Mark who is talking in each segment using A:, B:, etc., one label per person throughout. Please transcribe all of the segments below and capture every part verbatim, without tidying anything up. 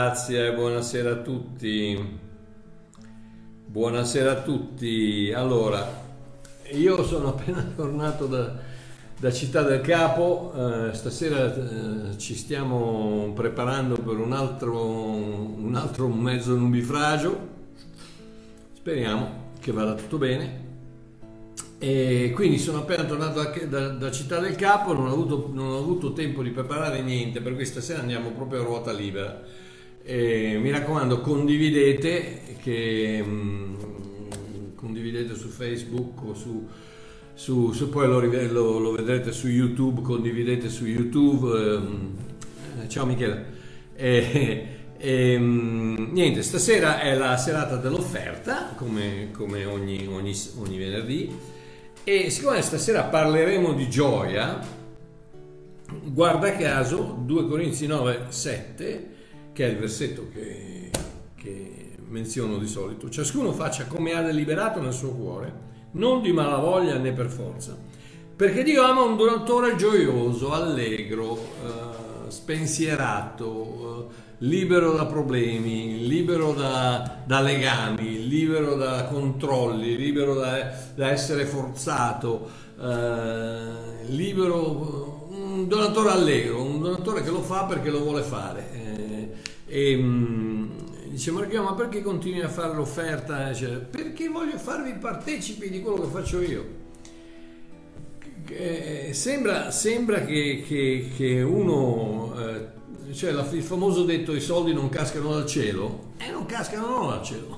A: grazie, buonasera a tutti. Buonasera a tutti. Allora, io sono appena tornato da, da Città del Capo, eh, stasera eh, ci stiamo preparando per un altro, un altro mezzo nubifragio, speriamo che vada tutto bene. E quindi sono appena tornato da, da, da Città del Capo, non ho, avuto, non ho avuto tempo di preparare niente, per cui stasera andiamo proprio a ruota libera. E mi raccomando, condividete, che, mh, condividete su Facebook o su, su, su poi lo, lo, lo vedrete su YouTube, condividete su YouTube. Eh, ciao Michele. E, e, mh, niente, stasera è la serata dell'offerta, come, come ogni, ogni, ogni venerdì. E siccome stasera parleremo di gioia, guarda caso due Corinzi nove sette, che è il versetto che, che menziono di solito: ciascuno faccia come ha deliberato nel suo cuore, non di malavoglia né per forza, perché Dio ama un donatore gioioso, allegro, eh, spensierato, eh, libero da problemi, libero da, da legami, libero da controlli, libero da, da essere forzato, eh, libero, un donatore allegro, un donatore che lo fa perché lo vuole fare. Eh, e mh, dice Marchio, ma perché continui a fare l'offerta? Cioè, perché voglio farvi partecipi di quello che faccio io. Eh, sembra, sembra che, che, che uno... Eh, cioè la, il famoso detto: i soldi non cascano dal cielo, e eh, non cascano dal cielo.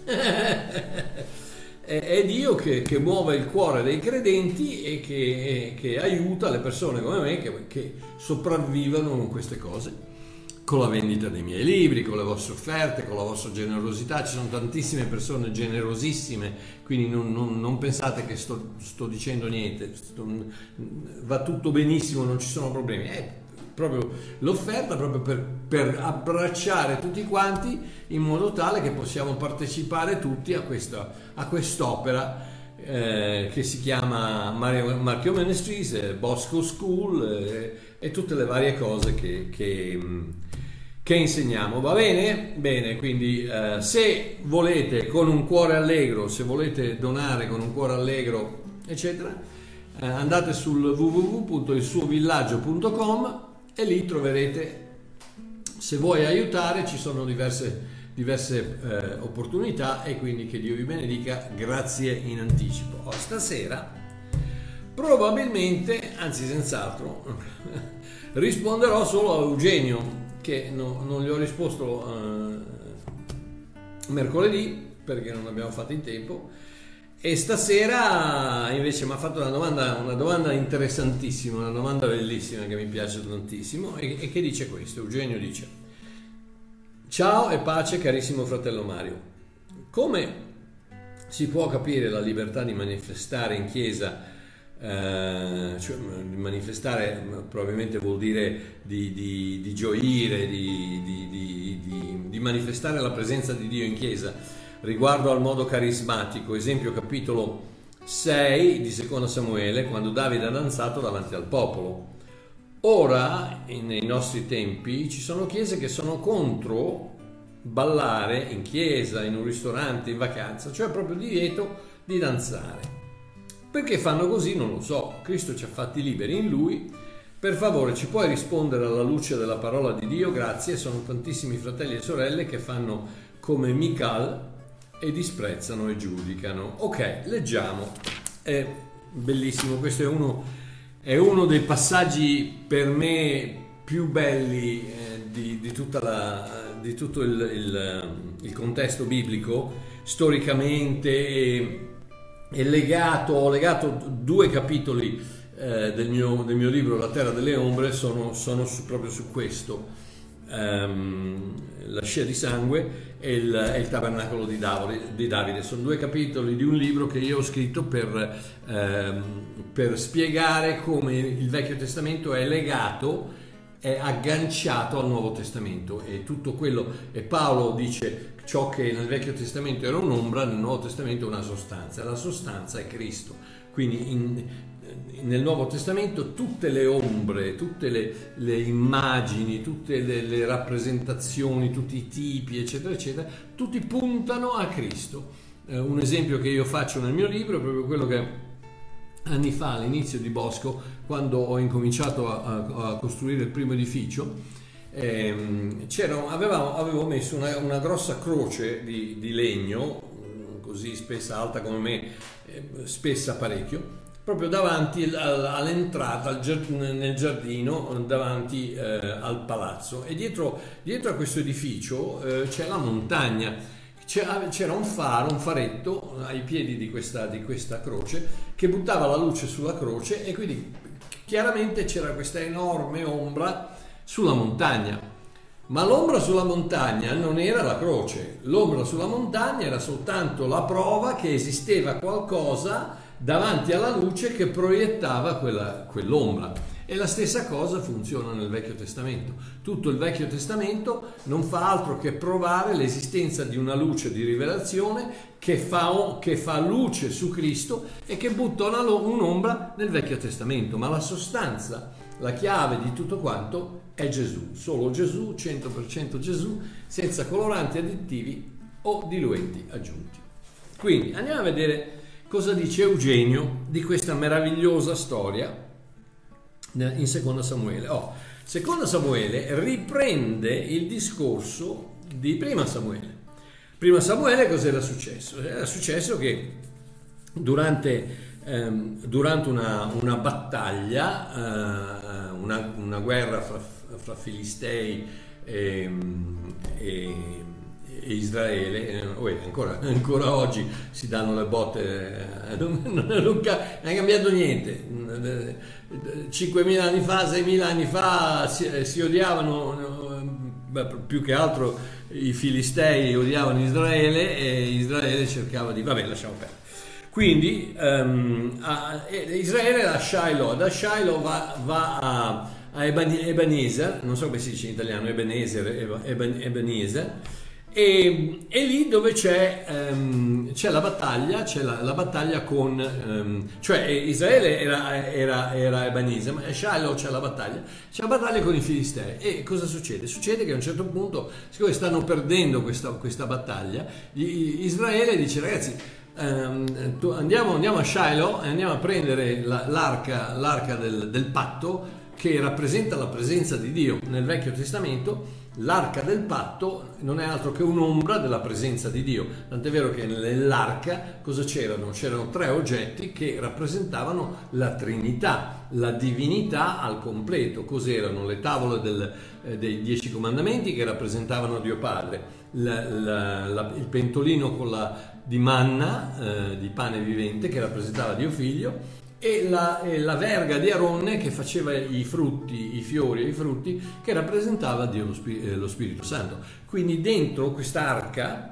A: è, è Dio che, che muove il cuore dei credenti e che, che aiuta le persone come me che, che sopravvivono con queste cose, con la vendita dei miei libri, con le vostre offerte, con la vostra generosità. Ci sono tantissime persone generosissime, quindi non, non, non pensate che sto, sto dicendo niente, sto, va tutto benissimo, non ci sono problemi. Eh, proprio l'offerta proprio per, per abbracciare tutti quanti, in modo tale che possiamo partecipare tutti a questa a quest'opera eh, che si chiama Mario, Marchio Ministries, eh, Bosco School eh, e tutte le varie cose che, che, che insegniamo. Va bene? Bene, quindi eh, se volete con un cuore allegro, se volete donare con un cuore allegro, eccetera, eh, andate sul w w w punto il suo villaggio punto com e lì troverete, se vuoi aiutare, ci sono diverse, diverse eh, opportunità, e quindi che Dio vi benedica, grazie in anticipo. Oh, stasera probabilmente, anzi senz'altro, risponderò solo a Eugenio, che no, non gli ho risposto eh, mercoledì perché non abbiamo fatto in tempo. E stasera invece mi ha fatto una domanda, una domanda interessantissima, una domanda bellissima che mi piace tantissimo, e, e che dice questo. Eugenio dice: ciao e pace carissimo fratello Mario, come si può capire la libertà di manifestare in chiesa, eh, cioè di manifestare probabilmente vuol dire di, di, di gioire, di, di, di, di, di manifestare la presenza di Dio in chiesa, riguardo al modo carismatico, esempio capitolo sei di seconda Samuele, quando Davide ha danzato davanti al popolo. Ora, nei nostri tempi, ci sono chiese che sono contro ballare in chiesa, in un ristorante, in vacanza, cioè proprio divieto di danzare. Perché fanno così non lo so, Cristo ci ha fatti liberi in Lui. Per favore, ci puoi rispondere alla luce della parola di Dio? Grazie. Sono tantissimi fratelli e sorelle che fanno come Michal e disprezzano e giudicano. Ok, leggiamo. È bellissimo, questo è uno, è uno dei passaggi per me più belli eh, di, di, tutta la, di tutto il, il, il contesto biblico, storicamente, e, e legato, ho legato due capitoli eh, del, mio, del mio libro La Terra delle Ombre, sono, sono su, proprio su questo. Um, la scia di sangue e il, e il tabernacolo di Davide, di Davide sono due capitoli di un libro che io ho scritto per, um, per spiegare come il Vecchio Testamento è legato, è agganciato al Nuovo Testamento, e tutto quello, e Paolo dice ciò che nel Vecchio Testamento era un'ombra, nel Nuovo Testamento è una sostanza, la sostanza è Cristo. Quindi in, nel Nuovo Testamento tutte le ombre, tutte le, le immagini, tutte le, le rappresentazioni, tutti i tipi, eccetera, eccetera, tutti puntano a Cristo. Eh, un esempio che io faccio nel mio libro è proprio quello che anni fa, all'inizio di Bosco, quando ho incominciato a, a, a costruire il primo edificio, ehm, c'era, avevamo, avevo messo una, una grossa croce di, di legno, così spessa, alta come me, eh, spessa parecchio, proprio davanti all'entrata al giard- nel giardino, davanti eh, al palazzo, e dietro, dietro a questo edificio eh, c'è la montagna, c'era, c'era un faro, un faretto ai piedi di questa, di questa croce che buttava la luce sulla croce, e quindi chiaramente c'era questa enorme ombra sulla montagna. Ma l'ombra sulla montagna non era la croce, l'ombra sulla montagna era soltanto la prova che esisteva qualcosa davanti alla luce che proiettava quella, quell'ombra. E la stessa cosa funziona nel Vecchio Testamento. Tutto il Vecchio Testamento non fa altro che provare l'esistenza di una luce di rivelazione che fa, che fa luce su Cristo e che butta una, un'ombra nel Vecchio Testamento. Ma la sostanza, la chiave di tutto quanto è Gesù, solo Gesù, cento per cento Gesù, senza coloranti additivi o diluenti aggiunti. Quindi andiamo a vedere cosa dice Eugenio di questa meravigliosa storia in Seconda Samuele. Oh, Seconda Samuele riprende il discorso di Prima Samuele. Prima Samuele cos'era successo? Era successo che durante ehm, durante una, una battaglia, eh, una, una guerra fra, fra Filistei e, e, e Israele, eh, ancora, ancora oggi si danno le botte, eh, non, non, non è cambiato niente. cinquemila anni fa, seimila anni fa si, si odiavano, beh, più che altro i Filistei odiavano Israele e Israele cercava di, vabbè, lasciamo perdere. Quindi um, a, Israele da Shiloh, da Shiloh va, va a, a Ebenezer, non so come si dice in italiano, Ebenezer, Eben, Ebenezer, e, e lì dove c'è, um, c'è la battaglia, c'è la, la battaglia con, um, cioè Israele era, era, era Ebenezer, ma a Shiloh c'è la battaglia, c'è la battaglia con i Filistei. E cosa succede? Succede che a un certo punto, siccome stanno perdendo questa, questa battaglia, Israele dice: ragazzi, Um, andiamo, andiamo a Shiloh e andiamo a prendere la, l'arca, l'arca del, del patto, che rappresenta la presenza di Dio. Nel Vecchio Testamento l'arca del patto non è altro che un'ombra della presenza di Dio, tant'è vero che nell'arca cosa c'erano? C'erano tre oggetti che rappresentavano la Trinità, la divinità al completo. Cos'erano? Le tavole del, eh, dei Dieci Comandamenti, che rappresentavano Dio Padre, la, la, la, il pentolino con la di manna, eh, di pane vivente, che rappresentava Dio Figlio, e la, e la verga di Aronne che faceva i frutti, i fiori e i frutti, che rappresentava Dio lo, Spir- eh, lo Spirito Santo. Quindi dentro quest'arca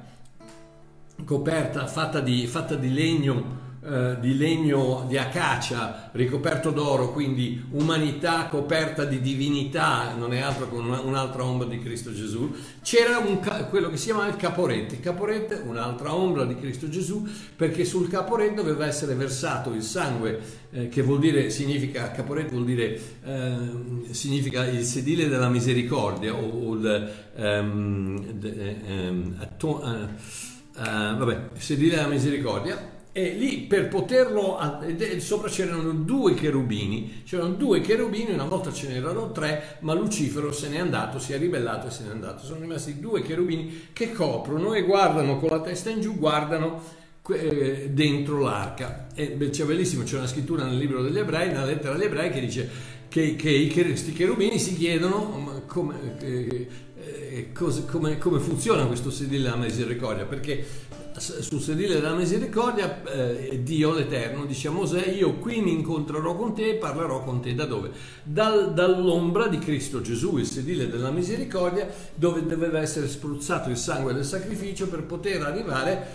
A: coperta, fatta di, fatta di legno, eh, di legno di acacia ricoperto d'oro, quindi umanità coperta di divinità, non è altro che una, un'altra ombra di Cristo Gesù. C'era un, quello che si chiama il caporetto, il caporetto, un'altra ombra di Cristo Gesù, perché sul caporetto doveva essere versato il sangue, eh, che vuol dire, significa, caporetto vuol dire, eh, significa il sedile della misericordia, o, o il, um, de, um, atto, uh, uh, vabbè, il sedile della misericordia. E lì, per poterlo, sopra c'erano due cherubini, c'erano due cherubini, una volta ce n'erano tre, ma Lucifero se n'è andato, si è ribellato e se n'è andato. Sono rimasti due cherubini che coprono e guardano con la testa in giù, guardano eh, dentro l'arca. E c'è bellissimo, c'è una scrittura nel libro degli Ebrei, nella lettera agli Ebrei, che dice che, che questi cherubini si chiedono come, eh, eh, cos, come, come funziona questo sedile della misericordia, perché sul sedile della misericordia eh, Dio l'Eterno dice a Mosè: io qui mi incontrerò con te e parlerò con te da dove? Dal, dall'ombra di Cristo Gesù, il sedile della misericordia, dove doveva essere spruzzato il sangue del sacrificio per poter arrivare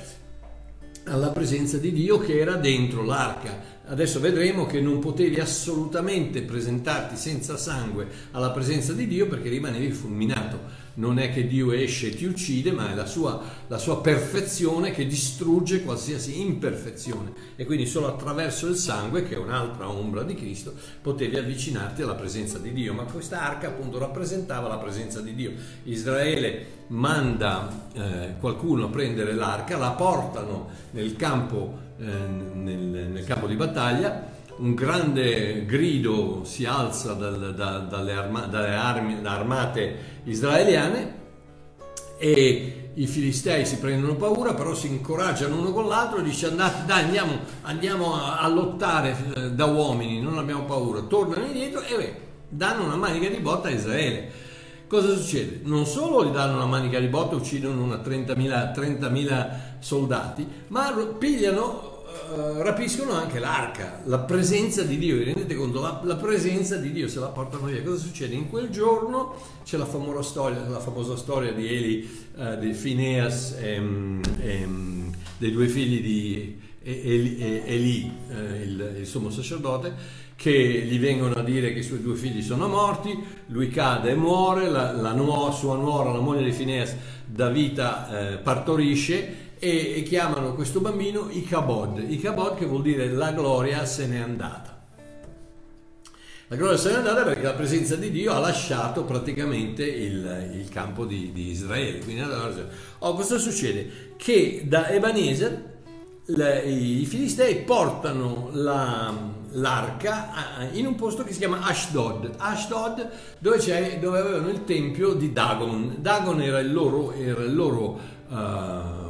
A: alla presenza di Dio, che era dentro l'arca. Adesso vedremo che non potevi assolutamente presentarti senza sangue alla presenza di Dio, perché rimanevi fulminato. non è che Dio esce e ti uccide, ma è la sua, la sua perfezione che distrugge qualsiasi imperfezione, e quindi solo attraverso il sangue, che è un'altra ombra di Cristo, potevi avvicinarti alla presenza di Dio. Ma questa arca appunto rappresentava la presenza di Dio. Israele manda eh, qualcuno a prendere l'arca, la portano nel campo, eh, nel, nel campo di battaglia. Un grande grido si alza dal, da, dalle, arma, dalle armi, armate israeliane, e i filistei si prendono paura, però si incoraggiano uno con l'altro e dice: andate, dai, andiamo, andiamo a, a lottare eh, da uomini, non abbiamo paura. Tornano indietro e beh, danno una manica di botta a Israele. Cosa succede? Non solo gli danno una manica di botta, uccidono una trentamila soldati, ma pigliano, Uh, rapiscono anche l'arca, la presenza di Dio. Vi rendete conto? La, la presenza di Dio se la portano via. Cosa succede? In quel giorno c'è la famosa storia, la famosa storia di Eli, uh, di Fineas, e, e, dei due figli di Eli, Eli uh, il, il sommo sacerdote, che gli vengono a dire che i suoi due figli sono morti. Lui cade e muore, la, la nuo, sua nuora, la moglie di Fineas, dà vita, eh, partorisce, e, e chiamano questo bambino Ichabod. Ichabod, che vuol dire la gloria se n'è andata. La gloria se n'è andata perché la presenza di Dio ha lasciato praticamente il, il campo di, di Israele. Quindi, oh, cosa succede? Che da Ebenezer le, i filistei portano la, l'arca in un posto che si chiama Ashdod. Ashdod, dove, c'è, dove avevano il tempio di Dagon. Dagon era il loro, era il loro uh,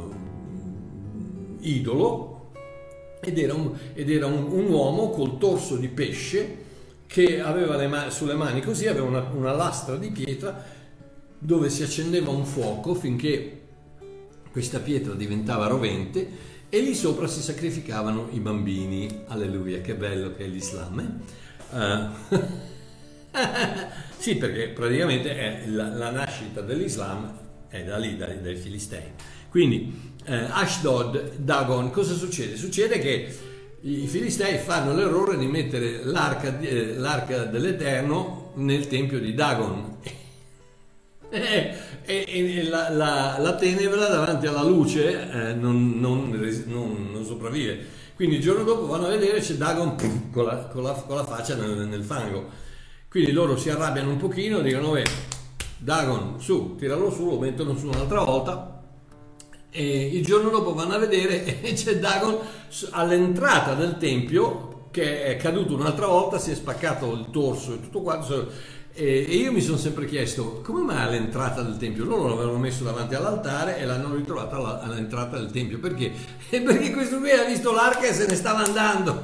A: idolo, ed era, un, ed era un, un uomo col torso di pesce, che aveva le mani, sulle mani così, aveva una, una lastra di pietra dove si accendeva un fuoco finché questa pietra diventava rovente, e lì sopra si sacrificavano i bambini. Alleluia, che bello che è l'Islam, eh? Uh, sì, perché praticamente è la, la nascita dell'Islam è da lì, dai, dai Filistei. Quindi eh, Ashdod, Dagon, cosa succede? Succede che i Filistei fanno l'errore di mettere l'arca, eh, l'arca dell'Eterno nel tempio di Dagon, e, e, e la, la, la tenebra davanti alla luce eh, non, non, non, non sopravvive. Quindi il giorno dopo vanno a vedere, c'è Dagon pum, con, la, con, la, con la faccia nel, nel fango. Quindi loro si arrabbiano un pochino, dicono: beh, Dagon, su, tiralo su, lo mettono su un'altra volta. E il giorno dopo vanno a vedere e c'è Dagon all'entrata del tempio, che è caduto un'altra volta, si è spaccato il torso e tutto quanto. E io mi sono sempre chiesto come mai all'entrata del tempio. Loro l'avevano messo davanti all'altare e l'hanno ritrovato alla, all'entrata del tempio. Perché? E perché questo qui ha visto l'arca e se ne stava andando.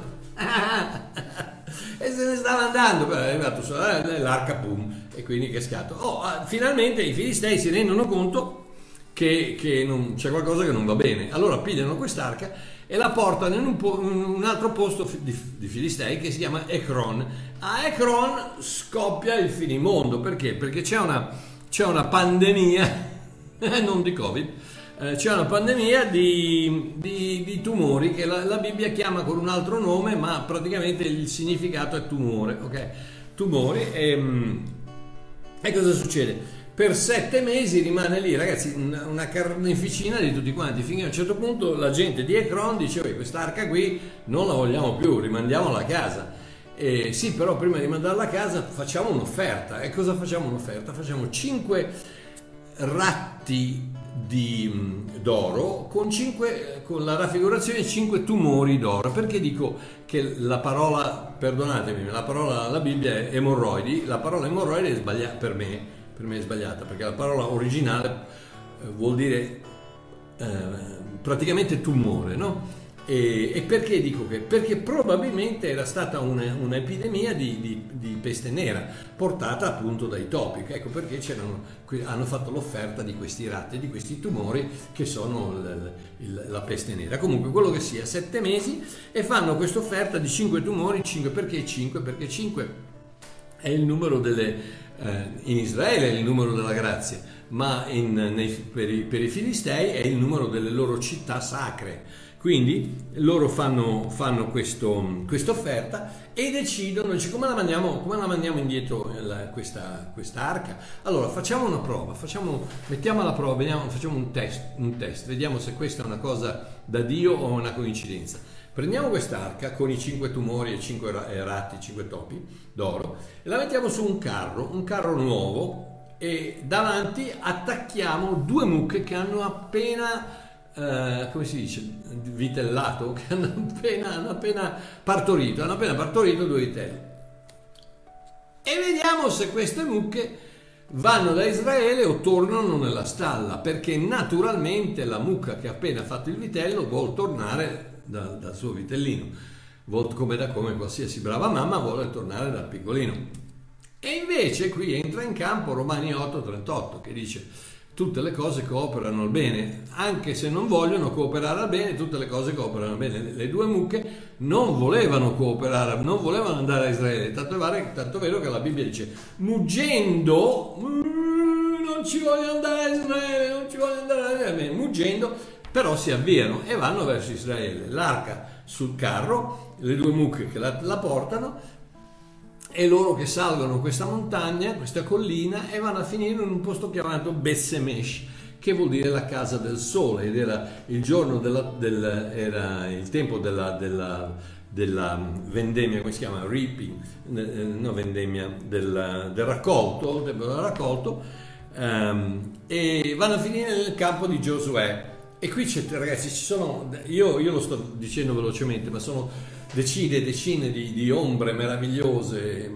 A: E se ne stava andando, poi è arrivato l'arca, pum, e quindi che scatto. Oh, finalmente i filistei si rendono conto che, che non, c'è qualcosa che non va bene. Allora pigliano quest'arca e la portano in un, po, in un altro posto di, di Filistei che si chiama Ekron. A Ekron scoppia il finimondo. Perché? Perché c'è una, c'è una pandemia, non di Covid, eh, c'è una pandemia di, di, di tumori che la, la Bibbia chiama con un altro nome, ma praticamente il significato è tumore, ok? Tumori. E, e cosa succede? Per sette mesi rimane lì, ragazzi, una, una carneficina di tutti quanti, finché a un certo punto la gente di Ekron dice: oh, quest'arca qui non la vogliamo più, rimandiamola a casa. E sì, però prima di mandarla a casa facciamo un'offerta. E cosa facciamo un'offerta? Facciamo cinque ratti di, d'oro con, cinque, con la raffigurazione di cinque tumori d'oro. Perché dico che la parola, perdonatemi, la parola alla Bibbia è emorroidi. La parola emorroidi è sbagliata per me. Per me è sbagliata, perché la parola originale eh, vuol dire eh, praticamente tumore, no? E, e perché dico che? Perché probabilmente era stata una, un'epidemia di, di, di peste nera portata appunto dai topi. Ecco perché c'erano, hanno fatto l'offerta di questi ratti, di questi tumori che sono il, il, la peste nera. Comunque quello che sia, sette mesi, e fanno questa offerta di cinque tumori. Cinque perché cinque? Perché cinque è il numero delle... in Israele è il numero della grazia, ma in, nei, per, i, per i Filistei è il numero delle loro città sacre. Quindi loro fanno, fanno questo, questa offerta e decidono, dice, come la mandiamo, come la mandiamo indietro la, questa, questa arca? Allora facciamo una prova, facciamo, mettiamo alla prova, vediamo, facciamo un test, un test, vediamo se questa è una cosa da Dio o una coincidenza. Prendiamo quest'arca con i cinque tumori e cinque ratti, cinque topi d'oro e la mettiamo su un carro, un carro nuovo, e davanti attacchiamo due mucche che hanno appena Uh, come si dice, vitellato, che hanno appena, hanno appena partorito, hanno appena partorito due vitelli. E vediamo se queste mucche vanno da Israele o tornano nella stalla, perché naturalmente la mucca che ha appena fatto il vitello vuol tornare da, dal suo vitellino, vuol, come da come qualsiasi brava mamma vuole tornare dal piccolino. E invece qui entra in campo Romani otto trentotto che dice: tutte le cose cooperano al bene, anche se non vogliono cooperare al bene, tutte le cose cooperano al bene. Le due mucche non volevano cooperare, non volevano andare a Israele, tanto è vero, tanto vero che la Bibbia dice: muggendo, non ci voglio andare a Israele, non ci voglio andare a Israele, muggendo, però si avviano e vanno verso Israele. L'arca sul carro, le due mucche che la, la portano, e loro che salgono questa montagna, questa collina, e vanno a finire in un posto chiamato Bet Shemesh, che vuol dire la casa del sole, ed era il giorno della, del, era il tempo della, della, della vendemmia, come si chiama? Reaping, no vendemmia, del, del raccolto, del raccolto, um, e vanno a finire nel campo di Giosuè. E qui c'è, ragazzi, ci sono, io, io lo sto dicendo velocemente, ma sono decine e decine di, di ombre meravigliose,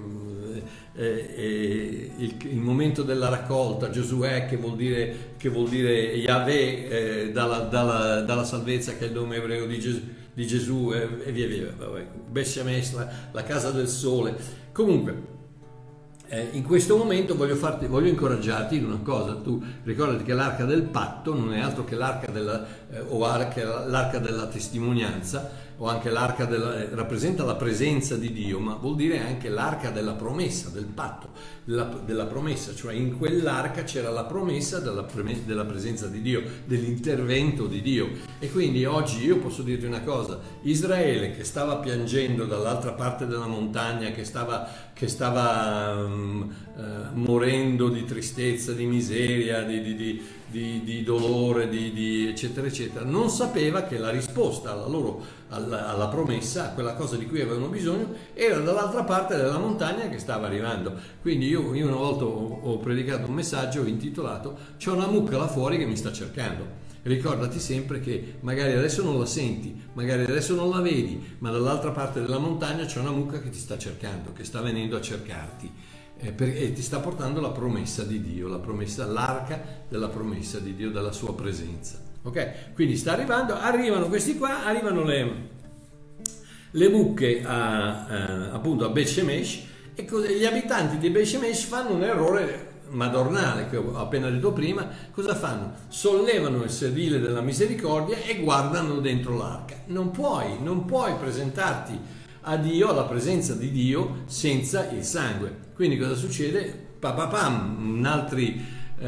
A: eh, eh, il, il momento della raccolta, Giosuè che vuol dire, che vuol dire Yahweh, eh, dalla, dalla, dalla salvezza, che è il nome ebreo di Gesù, di Gesù eh, e via via, Bet Shemesh, la, la casa del sole. Comunque, Eh, in questo momento voglio, farti, voglio incoraggiarti in una cosa. Tu ricordati che l'arca del patto non è altro che l'arca della, eh, o arca, l'arca della testimonianza, o anche l'arca della, eh, rappresenta la presenza di Dio, ma vuol dire anche l'arca della promessa, del patto, della, della promessa, cioè in quell'arca c'era la promessa della, della presenza di Dio, dell'intervento di Dio. E quindi oggi io posso dirti una cosa: Israele, che stava piangendo dall'altra parte della montagna, che stava, che stava um, uh, morendo di tristezza, di miseria, di, di, di, di, di dolore, di, di eccetera eccetera, non sapeva che la risposta alla loro alla, alla promessa, a quella cosa di cui avevano bisogno, era dall'altra parte della montagna che stava arrivando. Quindi io, io una volta ho, ho predicato un messaggio intitolato "C'è una mucca là fuori che mi sta cercando". Ricordati sempre che magari adesso non la senti, magari adesso non la vedi, ma dall'altra parte della montagna c'è una mucca che ti sta cercando, che sta venendo a cercarti, eh, per, e ti sta portando la promessa di Dio, la promessa, l'arca della promessa di Dio, della sua presenza. Ok? Quindi sta arrivando, arrivano questi qua, arrivano le, le mucche a, a, appunto a Bet Shemesh, e gli abitanti di Bet Shemesh fanno un errore madornale che ho appena detto prima. Cosa fanno? Sollevano il sedile della misericordia e guardano dentro l'arca. Non puoi, non puoi presentarti a Dio, alla presenza di Dio, senza il sangue. Quindi cosa succede? Papapam, un'altra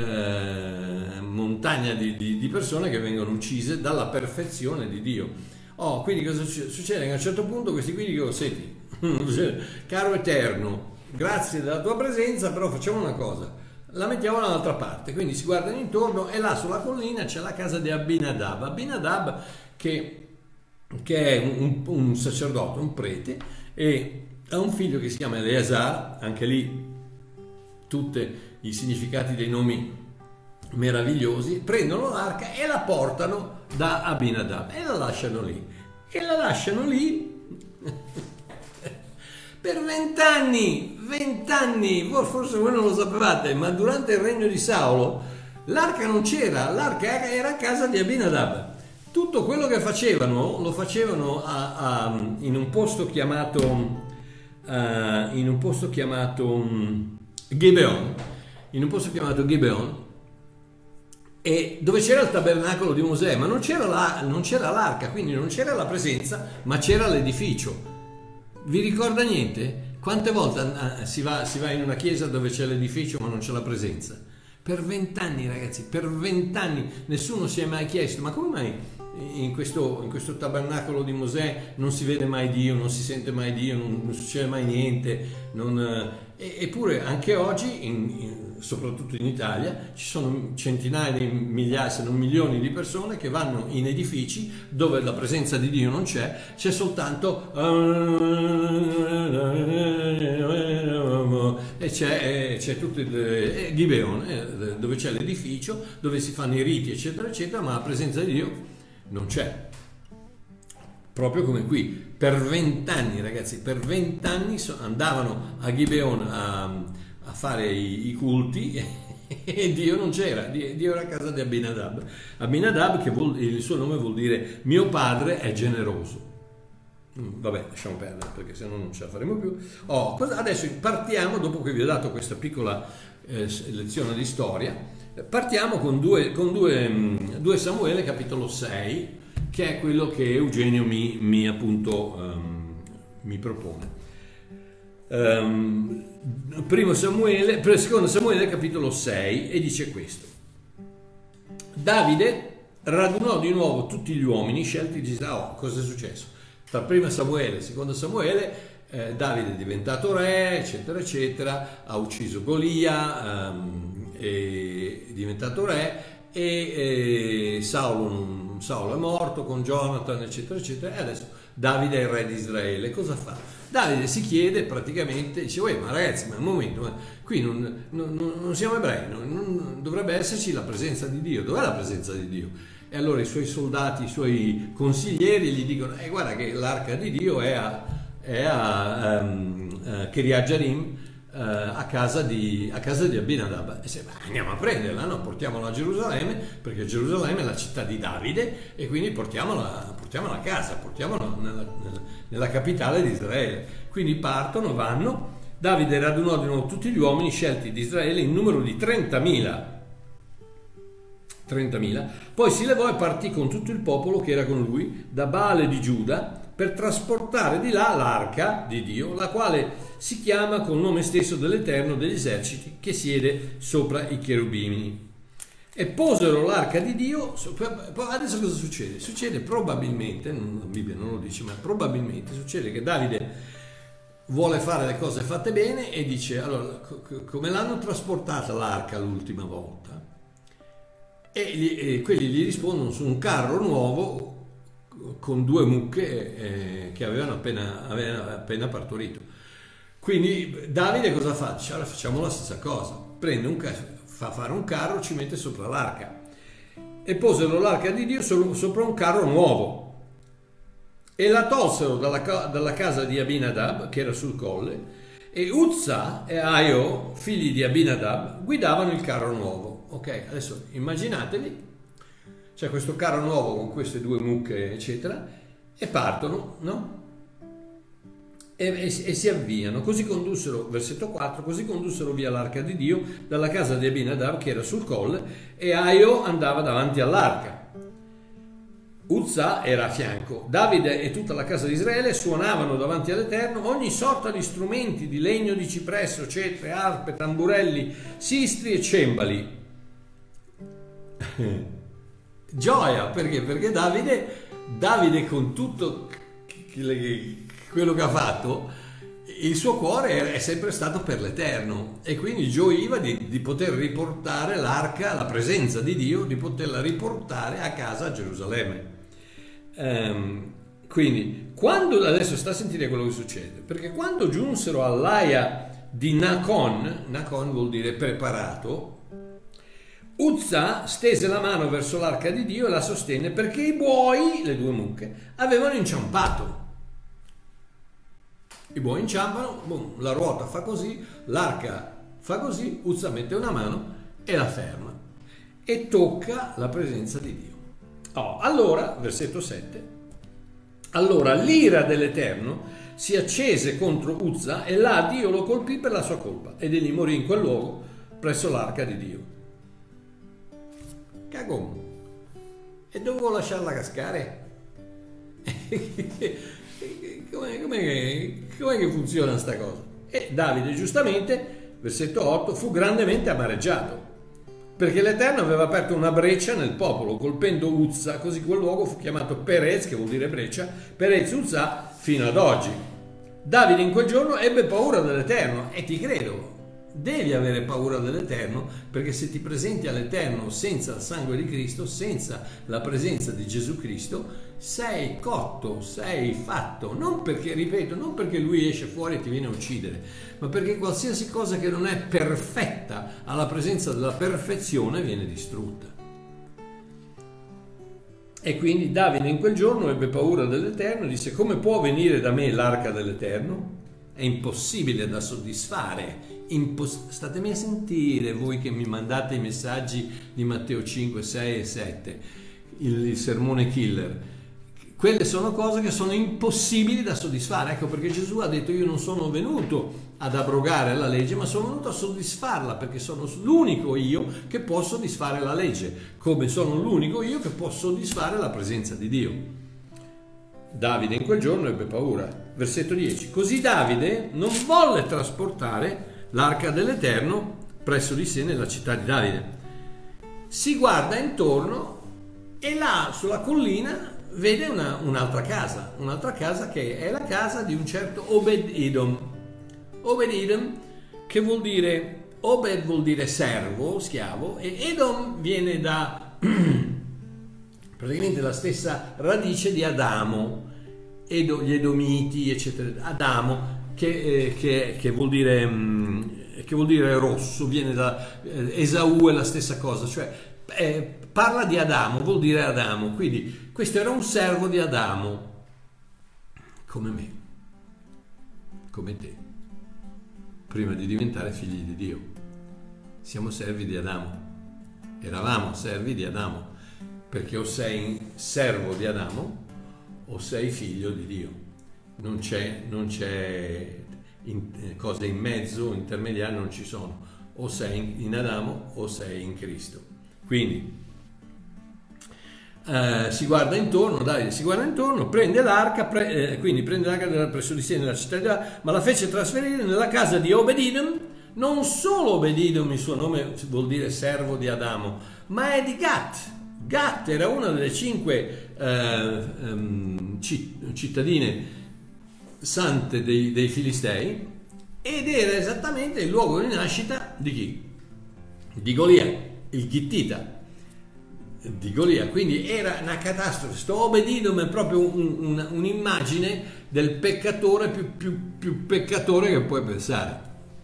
A: eh, montagna di, di, di persone che vengono uccise dalla perfezione di Dio. Oh, quindi cosa succede? Che a un certo punto questi qui dicono: senti, caro Eterno, grazie della tua presenza, però facciamo una cosa, la mettiamo dall'altra parte. Quindi si guardano intorno e là sulla collina c'è la casa di Abinadab. Abinadab che, che è un, un sacerdote, un prete, e ha un figlio che si chiama Eleazar. Anche lì tutti i significati dei nomi meravigliosi. Prendono l'arca e la portano da Abinadab e la lasciano lì e la lasciano lì per vent'anni, vent'anni. Forse voi non lo sapevate, ma durante il regno di Saulo l'arca non c'era, l'arca era a casa di Abinadab. Tutto quello che facevano lo facevano a, a, in un posto chiamato uh, in un posto chiamato um, Gibeon, in un posto chiamato Gibeon, e dove c'era il tabernacolo di Mosè, ma non c'era, la, non c'era l'arca, quindi non c'era la presenza, ma c'era l'edificio. Vi ricorda niente? Quante volte si va, si va in una chiesa dove c'è l'edificio ma non c'è la presenza? Per vent'anni, ragazzi, per vent'anni nessuno si è mai chiesto: ma come mai in questo, in questo tabernacolo di Mosè non si vede mai Dio, non si sente mai Dio, non, non succede mai niente, non, eh, eppure anche oggi, in, in, soprattutto in Italia, ci sono centinaia di migliaia, se non milioni di persone che vanno in edifici dove la presenza di Dio non c'è, c'è soltanto e c'è, c'è tutto il eh, Gibeon, eh, dove c'è l'edificio, dove si fanno i riti eccetera eccetera, ma la presenza di Dio non c'è. Proprio come qui, per vent'anni ragazzi, per vent'anni andavano a Gibeon a, a fare i, i culti e Dio non c'era, Dio era a casa di Abinadab. Abinadab, che vuol, il suo nome vuol dire mio padre è generoso. Vabbè, lasciamo perdere perché se no non ce la faremo più. Oh, adesso partiamo, dopo che vi ho dato questa piccola eh, lezione di storia, partiamo con due, con due, due Samuele capitolo sei, che è quello che Eugenio mi, mi appunto um, mi propone. Um, primo Samuele, secondo Samuele capitolo sei, e dice questo: Davide radunò di nuovo tutti gli uomini scelti di Israele. Oh, cosa è successo? Tra prima Samuele e secondo Samuele, eh, Davide è diventato re, eccetera, eccetera, ha ucciso Golia, um, è diventato re, e, e Saulo, Saulo è morto con Jonathan, eccetera, eccetera, e adesso Davide è il re di Israele. Cosa fa? Davide si chiede praticamente, dice, uè, ma ragazzi, ma un momento, ma qui non, non, non siamo ebrei, non, non, dovrebbe esserci la presenza di Dio. Dov'è la presenza di Dio? E allora i suoi soldati, i suoi consiglieri gli dicono, eh, guarda che l'arca di Dio è a, è a um, uh, Kiriat Jearim, uh, a, casa di, a casa di Abinadab. E se, andiamo a prenderla, no? Portiamola a Gerusalemme, perché Gerusalemme è la città di Davide, e quindi portiamola, portiamola a casa, portiamola nella, nella, nella capitale di Israele. Quindi partono, vanno. Davide radunò di nuovo tutti gli uomini scelti di Israele in numero di trentamila. trentamila. Poi si levò e partì con tutto il popolo che era con lui da Baale di Giuda per trasportare di là l'arca di Dio, la quale si chiama col nome stesso dell'Eterno degli eserciti, che siede sopra i cherubini. E posero l'arca di Dio. Adesso cosa succede? Succede probabilmente, la Bibbia non lo dice, ma probabilmente succede che Davide vuole fare le cose fatte bene e dice, allora, come l'hanno trasportata l'arca l'ultima volta? E, gli, e quelli gli rispondono su un carro nuovo con due mucche eh, che avevano appena, avevano appena partorito. Quindi Davide cosa fa? Dice, allora facciamo la stessa cosa, prende un carro, fa fare un carro, ci mette sopra l'arca, e posero l'arca di Dio sopra un carro nuovo e la tolsero dalla, dalla casa di Abinadab, che era sul colle, e Uzza e Aio, figli di Abinadab, guidavano il carro nuovo. Ok, adesso immaginatevi, c'è questo carro nuovo con queste due mucche, eccetera, e partono, no? E, e, e si avviano. Così condussero, versetto quattro, così condussero via l'arca di Dio dalla casa di Abinadab, che era sul colle, e Aio andava davanti all'arca. Uzza era a fianco. Davide e tutta la casa di Israele suonavano davanti all'Eterno ogni sorta di strumenti di legno di cipresso, cetre, arpe, tamburelli, sistri e cembali. Gioia, perché? Perché Davide, Davide con tutto quello che ha fatto, il suo cuore è sempre stato per l'Eterno, e quindi gioiva di, di poter riportare l'arca, la presenza di Dio, di poterla riportare a casa a Gerusalemme. Um, quindi quando, adesso sta a sentire quello che succede, perché quando giunsero all'aia di Nacon, Nacon vuol dire preparato, Uzza stese la mano verso l'arca di Dio e la sostenne, perché i buoi, le due mucche, avevano inciampato. I buoi inciampano, boom, la ruota fa così, l'arca fa così, Uzza mette una mano e la ferma e tocca la presenza di Dio. Oh, allora, versetto sette, allora l'ira dell'Eterno si accese contro Uzza e là Dio lo colpì per la sua colpa, ed egli morì in quel luogo presso l'arca di Dio. Cagò. E dovevo lasciarla cascare? Com'è, com'è, com'è che funziona sta cosa? E Davide giustamente, versetto otto, fu grandemente amareggiato. perché l'Eterno aveva aperto una breccia nel popolo, colpendo Uzza, così quel luogo fu chiamato Perez, che vuol dire breccia, Perez Uzza, fino ad oggi. Davide in quel giorno ebbe paura dell'Eterno, e ti credo, devi avere paura dell'Eterno, perché se ti presenti all'Eterno senza il sangue di Cristo, senza la presenza di Gesù Cristo, sei cotto, sei fatto, non perché, ripeto, non perché lui esce fuori e ti viene a uccidere, ma perché qualsiasi cosa che non è perfetta alla presenza della perfezione viene distrutta. E quindi Davide in quel giorno ebbe paura dell'Eterno e disse: come può venire da me l'arca dell'Eterno? È impossibile da soddisfare. Impos- statemi a sentire voi che mi mandate i messaggi di Matteo cinque, sei e sette, il, il sermone killer. Quelle sono cose che sono impossibili da soddisfare. Ecco perché Gesù ha detto: io non sono venuto ad abrogare la legge, ma sono venuto a soddisfarla, perché sono l'unico io che può soddisfare la legge, come sono l'unico io che può soddisfare la presenza di Dio. Davide in quel giorno ebbe paura. Versetto dieci. Così Davide non volle trasportare l'arca dell'Eterno presso di sé nella città di Davide. Si guarda intorno e là sulla collina vede una, un'altra casa, un'altra casa che è la casa di un certo Obed-Edom. Obed-Edom, che vuol dire, Obed vuol dire servo, schiavo, e Edom viene da praticamente la stessa radice di Adamo, Edo, gli Edomiti, eccetera. Adamo, che, eh, che, che vuol dire mh, che vuol dire rosso, viene da eh, Esaù, è la stessa cosa, cioè eh, parla di Adamo, vuol dire Adamo. Quindi questo era un servo di Adamo, come me, come te, prima di diventare figli di Dio. Siamo servi di Adamo, eravamo servi di Adamo, perché o sei servo di Adamo o sei figlio di Dio. Non c'è, non c'è in, cose in mezzo, intermediarie non ci sono. O sei in Adamo o sei in Cristo. Quindi eh, si guarda intorno, Davide si guarda intorno, prende l'arca, pre, eh, quindi prende l'arca della presso di sé nella città di Davide, ma la fece trasferire nella casa di Obed-Edom. Non solo Obed-Edom, il suo nome vuol dire servo di Adamo, ma è di Gat. Gat era una delle cinque eh, um, cittadine sante dei, dei Filistei, ed era esattamente il luogo di nascita di chi? Di Golia, il Gittita di Golia. Quindi era una catastrofe. Sto Obed-Edom è proprio un, un, un'immagine del peccatore più, più, più peccatore che puoi pensare.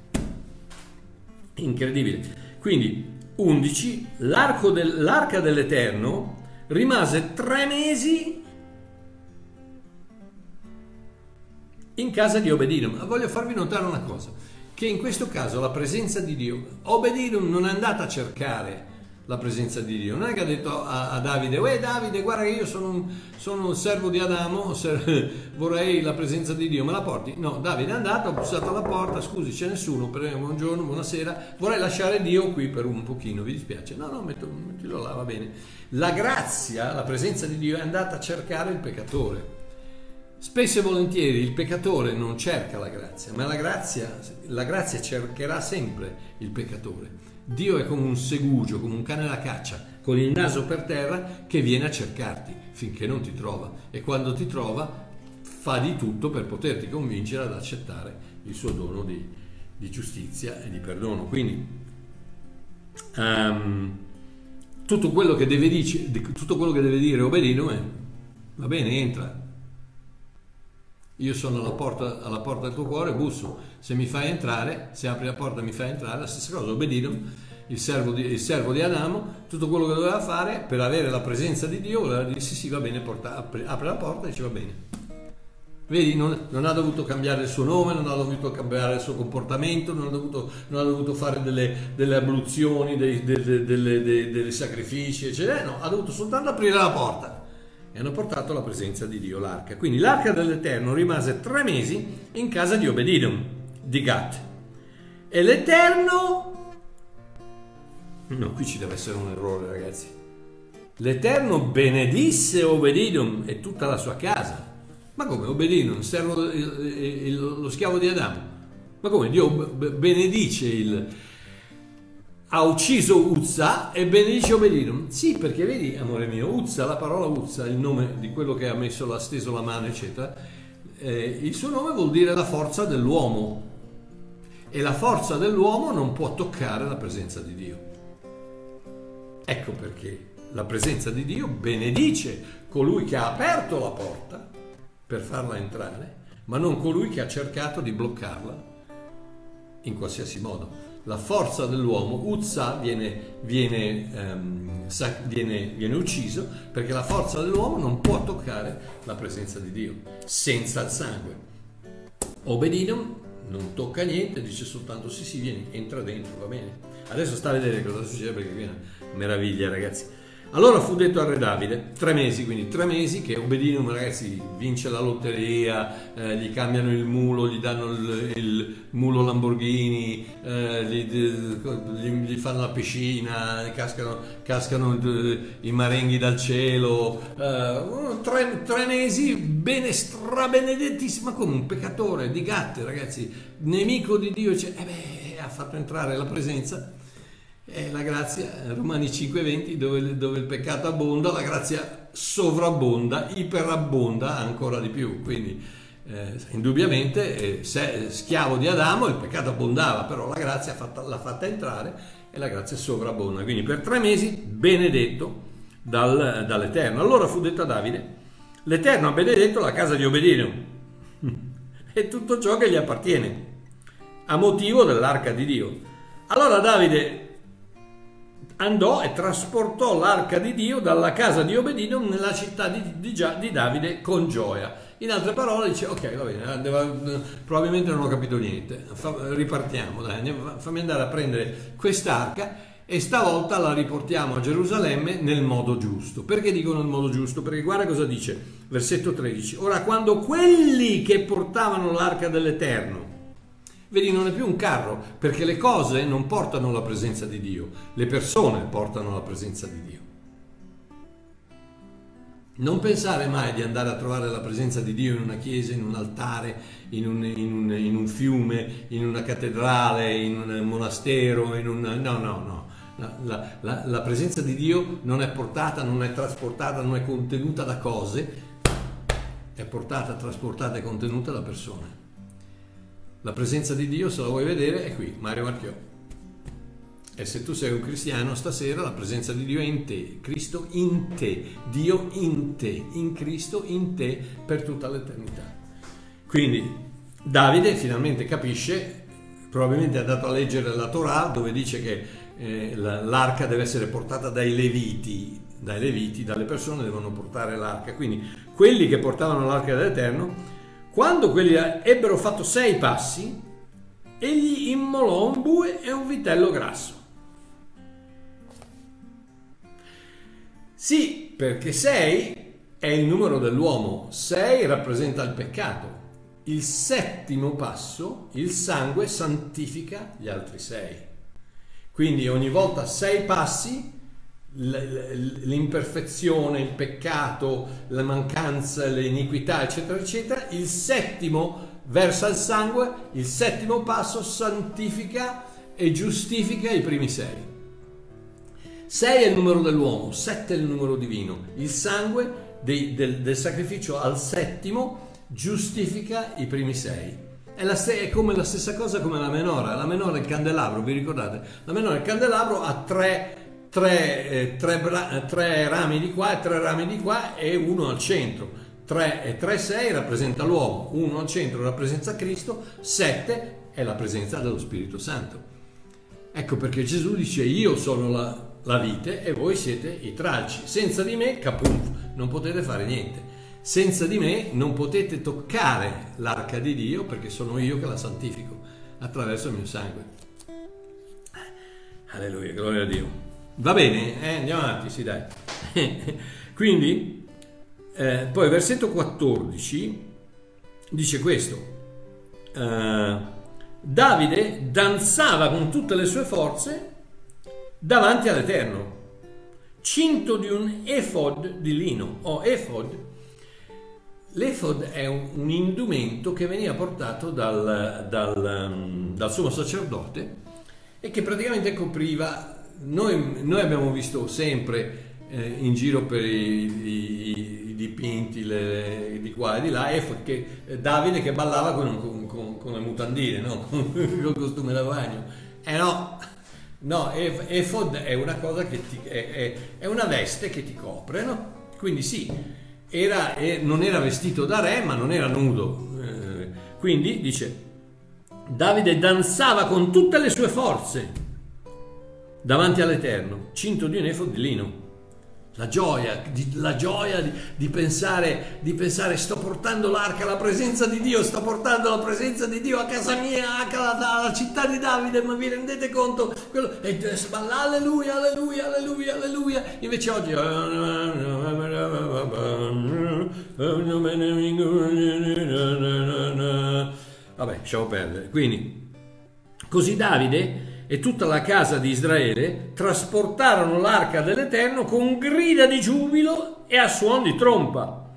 A: Incredibile. Quindi undici, l'arco del, l'arca dell'Eterno rimase tre mesi in casa di Obed-Edom. Ma voglio farvi notare una cosa, che in questo caso la presenza di Dio, Obed-Edom non è andata a cercare la presenza di Dio, non è che ha detto a, a Davide: uè Davide, guarda che io sono un, sono un servo di Adamo, ser, vorrei la presenza di Dio, me la porti? No, Davide è andato, ha bussato alla porta: scusi, c'è nessuno, per, buongiorno, buonasera, vorrei lasciare Dio qui per un pochino, vi dispiace? No, no, metto, mettilo là, va bene. La grazia, la presenza di Dio è andata a cercare il peccatore. Spesso e volentieri il peccatore non cerca la grazia, ma la grazia, la grazia cercherà sempre il peccatore. Dio è come un segugio, come un cane da caccia, con il naso per terra, che viene a cercarti finché non ti trova, e quando ti trova fa di tutto per poterti convincere ad accettare il suo dono di, di giustizia e di perdono. Quindi um, tutto quello che deve dice, tutto quello che deve dire Obed-Edom è: va bene, entra, io sono alla porta, alla porta del tuo cuore, busso, se mi fai entrare, se apri la porta e mi fai entrare. La stessa cosa Obed-Edom, il servo di, il servo di Adamo, tutto quello che doveva fare per avere la presenza di Dio, voleva dire: sì sì, va bene, porta, apri, apri la porta e dice: va bene. Vedi, non, non ha dovuto cambiare il suo nome, non ha dovuto cambiare il suo comportamento, non ha dovuto, non ha dovuto fare delle, delle abluzioni, dei, delle, delle, delle, delle sacrifici, eccetera. No, ha dovuto soltanto aprire la porta. E hanno portato la presenza di Dio, l'arca. Quindi l'arca dell'Eterno rimase tre mesi in casa di Obed-Edom di Gat. E l'Eterno, no, qui ci deve essere un errore, ragazzi. L'Eterno benedisse Obed-Edom e tutta la sua casa. Ma come Obed-Edom, servo, il, il, lo schiavo di Adamo? Ma come Dio benedice il ha ucciso Uzza e benedice Obedidom. Sì, perché vedi, amore mio, Uzza, la parola Uzza, il nome di quello che ha messo, l'ha steso la mano, eccetera, eh, il suo nome vuol dire la forza dell'uomo, e la forza dell'uomo non può toccare la presenza di Dio. Ecco perché la presenza di Dio benedice colui che ha aperto la porta per farla entrare, ma non colui che ha cercato di bloccarla in qualsiasi modo. La forza dell'uomo, Uzza viene, viene, um, viene, viene ucciso perché la forza dell'uomo non può toccare la presenza di Dio senza il sangue. Obedidom non tocca niente, dice soltanto sì sì, vieni, entra dentro, va bene. Adesso sta a vedere cosa succede, perché qui è una meraviglia, ragazzi. Allora fu detto a re Davide, tre mesi, quindi tre mesi che Obedidom, ragazzi, vince la lotteria, eh, gli cambiano il mulo, gli danno il, il mulo Lamborghini, eh, gli, gli, gli fanno la piscina, cascano, cascano i marenghi dal cielo, eh, tre, tre mesi bene, strabenedettissimo, ma come un peccatore di gatte, ragazzi, nemico di Dio, cioè, eh beh, ha fatto entrare la presenza. E la grazia, Romani cinque venti, dove, dove il peccato abbonda, la grazia sovrabbonda, iperabbonda ancora di più. Quindi eh, indubbiamente, eh, se schiavo di Adamo, il peccato abbondava, però la grazia fatta, l'ha fatta entrare e la grazia sovrabbonda. Quindi per tre mesi benedetto dal, dall'Eterno. Allora fu detto a Davide: l'Eterno ha benedetto la casa di Obedidom e tutto ciò che gli appartiene, a motivo dell'arca di Dio. Allora Davide andò e trasportò l'arca di Dio dalla casa di Obedidom nella città di, di, di Davide con gioia. In altre parole dice: ok, va bene, devo, probabilmente non ho capito niente, Fa, ripartiamo, dai, andiamo, fammi andare a prendere quest'arca e stavolta la riportiamo a Gerusalemme nel modo giusto. Perché dico nel modo giusto? Perché guarda cosa dice, versetto tredici: ora quando quelli che portavano l'arca dell'Eterno, vedi, non è più un carro, perché le cose non portano la presenza di Dio, le persone portano la presenza di Dio. Non pensare mai di andare a trovare la presenza di Dio in una chiesa, in un altare, in un, in un, in un fiume, in una cattedrale, in un monastero, in un... no, no, no. La, la, la, la presenza di Dio non è portata, non è trasportata, non è contenuta da cose, è portata, trasportata e contenuta da persone. La presenza di Dio, se la vuoi vedere, è qui, Mario Marchiò. E se tu sei un cristiano, stasera la presenza di Dio è in te, Cristo in te, Dio in te, in Cristo in te per tutta l'eternità. Quindi Davide finalmente capisce, probabilmente è andato a leggere la Torah, dove dice che eh, l'arca deve essere portata dai Leviti, dai Leviti, dalle persone devono portare l'arca. Quindi quelli che portavano l'arca dell'Eterno, quando quelli ebbero fatto sei passi, egli immolò un bue e un vitello grasso. Sì, perché sei è il numero dell'uomo, sei rappresenta il peccato. Il settimo passo, il sangue, santifica gli altri sei. Quindi ogni volta sei passi, l'imperfezione, il peccato, la mancanza, le iniquità, eccetera, eccetera, il settimo versa il sangue, il settimo passo santifica e giustifica i primi sei. sei è il numero dell'uomo, sette è il numero divino. Il sangue dei, del, del sacrificio al settimo giustifica i primi sei. È, la, è come la stessa cosa come la menora. La menora è il candelabro, vi ricordate? La menora è il candelabro, ha tre Tre, eh, tre, tre rami di qua e tre rami di qua e uno al centro. Tre e tre, sei rappresenta l'uomo, uno al centro rappresenta Cristo, sette è la presenza dello Spirito Santo. Ecco perché Gesù dice: io sono la, la vite e voi siete i tralci. Senza di me, capum, non potete fare niente. Senza di me non potete toccare l'arca di Dio, perché sono io che la santifico attraverso il mio sangue. Alleluia, gloria a Dio. Va bene, eh? Andiamo avanti, sì, dai. Quindi, eh, poi versetto quattordici dice questo: eh, Davide danzava con tutte le sue forze davanti all'Eterno, cinto di un efod di lino o efod. L'efod è un, un indumento che veniva portato dal, dal, dal sommo sacerdote e che praticamente copriva, noi, noi abbiamo visto sempre eh, in giro per i, i, i dipinti le, di qua e di là, e che Davide che ballava con, con, con, con le mutandine, no? Con il costume da bagno. Eh no, no, efod è una cosa che ti, è, è, è una veste che ti copre, no? Quindi sì, era, eh, non era vestito da re, ma non era nudo. Eh, quindi dice, Davide danzava con tutte le sue forze davanti all'Eterno, cinto di un efod di lino. La gioia, di, la gioia di, di, pensare, di pensare sto portando l'arca alla presenza di Dio, sto portando la presenza di Dio a casa mia, alla, alla città di Davide, ma vi rendete conto? Quello, e alleluia, alleluia, alleluia, alleluia. Invece oggi vabbè, lasciamo perdere. Quindi così Davide e tutta la casa di Israele trasportarono l'arca dell'Eterno con grida di giubilo e a suon di trompa.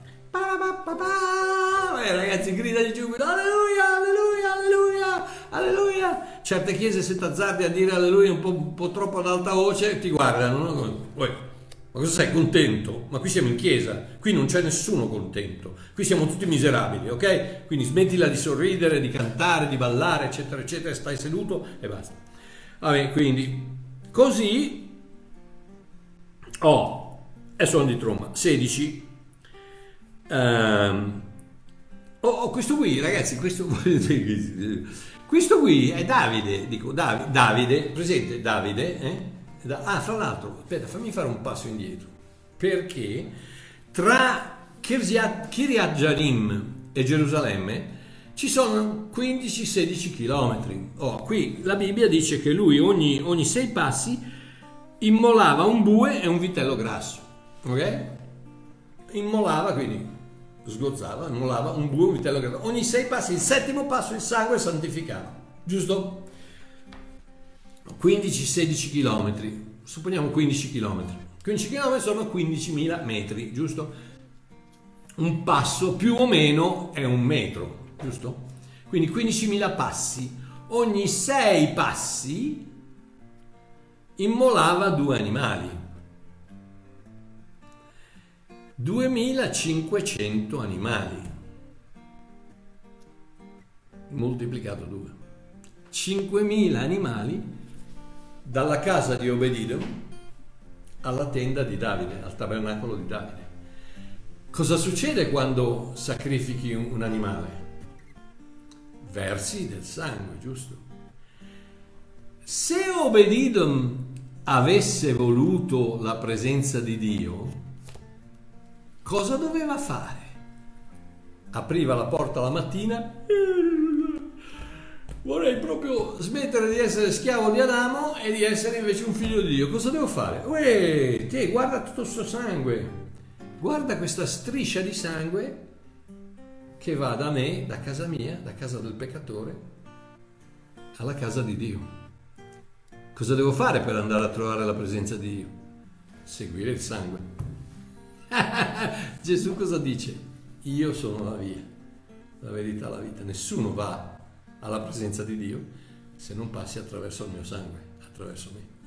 A: Eh, ragazzi, grida di giubilo, alleluia, alleluia, alleluia, alleluia. Certe chiese, se t'azzardi a dire alleluia un po', un po' troppo ad alta voce, ti guardano, no? Uè, ma cosa sei, contento? Ma qui siamo in chiesa, qui non c'è nessuno contento, qui siamo tutti miserabili, ok? Quindi smettila di sorridere, di cantare, di ballare, eccetera, eccetera, stai seduto e basta. Vabbè, quindi così oh, è suono di tromba. Sedici. Um, oh, oh, questo qui, ragazzi, questo, questo qui è Davide, dico Davide, Davide presente Davide, eh? Ah, fra l'altro, aspetta, fammi fare un passo indietro, perché tra Kiryat Jearim e Gerusalemme ci sono quindici sedici chilometri. Oh, qui la Bibbia dice che lui ogni, ogni sei passi immolava un bue e un vitello grasso, ok? Immolava, quindi sgozzava, immolava un bue e un vitello grasso. Ogni sei passi, il settimo passo il sangue santificava, giusto? quindici sedici chilometri, supponiamo quindici chilometri. quindici chilometri sono quindicimila metri, giusto? Un passo più o meno è un metro. Giusto? Quindi quindicimila passi, ogni sei passi immolava due animali, duemilacinquecento animali moltiplicato due, cinquemila animali dalla casa di Obed-Edom alla tenda di Davide, al tabernacolo di Davide. Cosa succede quando sacrifichi un animale? Versi del sangue, giusto? Se Obed-Edom avesse voluto la presenza di Dio, cosa doveva fare? Apriva la porta la mattina, vorrei proprio smettere di essere schiavo di Adamo e di essere invece un figlio di Dio. Cosa devo fare? Uè, te, guarda tutto questo sangue, guarda questa striscia di sangue che va da me, da casa mia, da casa del peccatore, alla casa di Dio. Cosa devo fare per andare a trovare la presenza di Dio? Seguire il sangue. Gesù cosa dice? Io sono la via, la verità, la vita. Nessuno va alla presenza di Dio se non passi attraverso il mio sangue, attraverso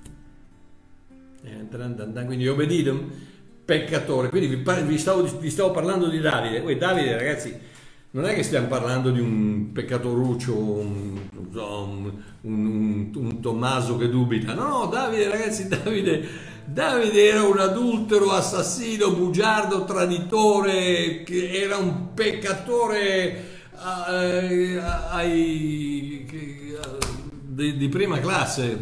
A: me. Quindi Obed-Edom, peccatore. Quindi vi, vi, stavo, vi stavo parlando di Davide. Uè, Davide, ragazzi, non è che stiamo parlando di un peccatoruccio, un, un, un, un Tommaso che dubita. No, Davide, ragazzi, Davide, Davide era un adultero, assassino, bugiardo, traditore, che era un peccatore eh, ai, che, di, di prima classe.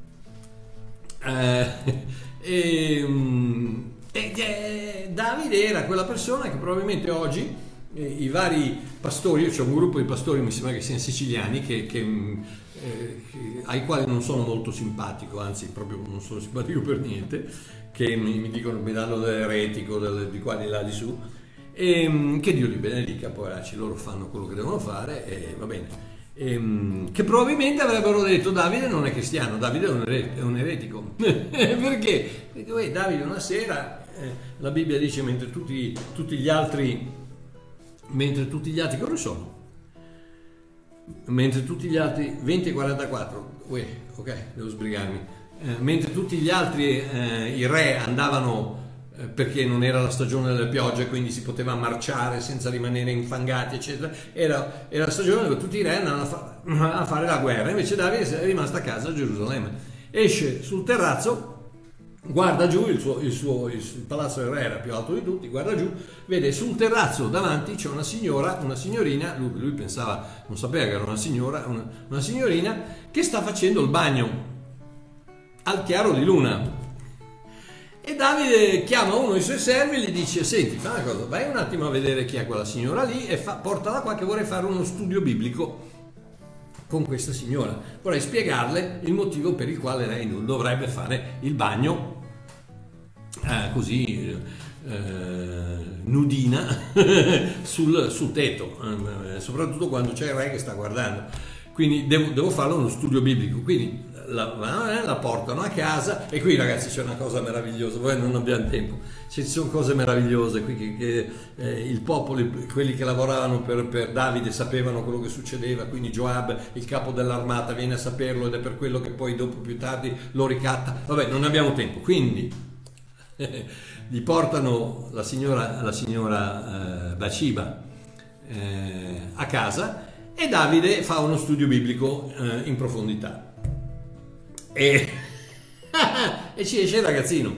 A: Eh, e, e, e Davide era quella persona che probabilmente oggi i vari pastori, io c'ho un gruppo di pastori, mi sembra che siano siciliani, che, che, eh, che, ai quali non sono molto simpatico, anzi proprio non sono simpatico per niente, che mi, mi dicono, mi danno dell'eretico, del, di qua di là di su, e che Dio li benedica, poveracci, loro fanno quello che devono fare e va bene. E, che probabilmente avrebbero detto Davide non è cristiano, Davide è un, ere, è un eretico. Perché? Perché uè, Davide una sera, eh, la Bibbia dice, mentre tutti, tutti gli altri mentre tutti gli altri, cosa sono? Mentre tutti gli altri, venti e quarantaquattro, Uè, ok, devo sbrigarmi. Eh, mentre tutti gli altri, eh, i re andavano eh, perché non era la stagione delle piogge, quindi si poteva marciare senza rimanere infangati, eccetera. Era, era la stagione dove tutti i re andavano a, fa- a fare la guerra, invece Davide è rimasto a casa a Gerusalemme. Esce sul terrazzo, guarda giù, il, suo, il, suo, il palazzo del re era più alto di tutti, guarda giù, vede sul terrazzo davanti c'è una signora, una signorina, lui, lui pensava, non sapeva che era una signora, una, una signorina che sta facendo il bagno al chiaro di luna. E Davide chiama uno dei suoi servi e gli dice: senti, fa una cosa, vai un attimo a vedere chi è quella signora lì e fa, portala qua che vorrei fare uno studio biblico con questa signora, vorrei spiegarle il motivo per il quale lei non dovrebbe fare il bagno eh, così eh, nudina sul, sul tetto, eh, soprattutto quando c'è il re che sta guardando. Quindi devo, devo farlo uno studio biblico. Quindi la, la portano a casa, e qui ragazzi c'è una cosa meravigliosa, voi non abbiamo tempo, ci sono cose meravigliose qui che, che eh, il popolo, quelli che lavoravano per, per Davide sapevano quello che succedeva, quindi Joab, il capo dell'armata, viene a saperlo ed è per quello che poi dopo più tardi lo ricatta. Vabbè, non abbiamo tempo, quindi gli portano la signora, la signora eh, Baciba eh, a casa, e Davide fa uno studio biblico eh, in profondità. E, e ci esce il ragazzino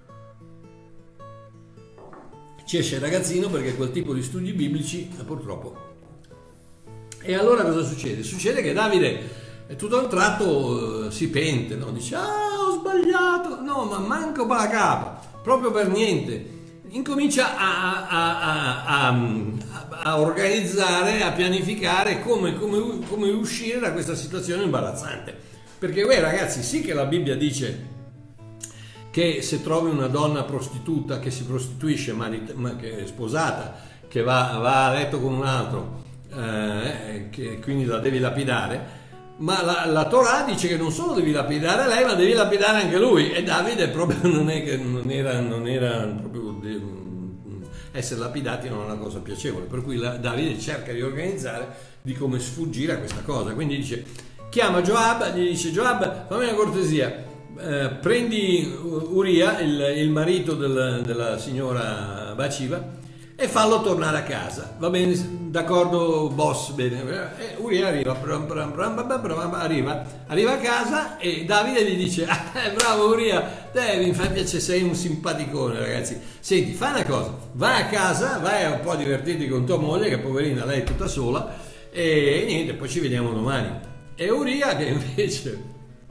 A: ci esce il ragazzino perché quel tipo di studi biblici eh, purtroppo. E allora cosa succede? Succede che Davide eh, tutto a un tratto eh, si pente, no? Dice: ah, ho sbagliato, no, ma manco per la capa, proprio per niente. Incomincia a, a, a, a, a organizzare, a pianificare come, come, come uscire da questa situazione imbarazzante. Perché voi ragazzi, sì che la Bibbia dice che se trovi una donna prostituta che si prostituisce, ma, ma che è sposata, che va, va a letto con un altro, eh, che quindi la devi lapidare, ma la, la Torah dice che non solo devi lapidare lei, ma devi lapidare anche lui. E Davide proprio non è che non era, non era proprio essere lapidati, non è una cosa piacevole, per cui la, Davide cerca di organizzare di come sfuggire a questa cosa. Quindi dice, chiama Joab, gli dice: Joab, fammi una cortesia, eh, prendi Uria, il, il marito del, della signora Baciba, e fallo tornare a casa. Va bene, d'accordo boss, bene. E Uria arriva, arriva, arriva a casa, e Davide gli dice: ah, bravo Uria, te mi fai piacere, sei un simpaticone, ragazzi. Senti, fai una cosa, vai a casa, vai un po' a divertirti con tua moglie, che poverina, lei è tutta sola, e niente, poi ci vediamo domani. E Uria, che invece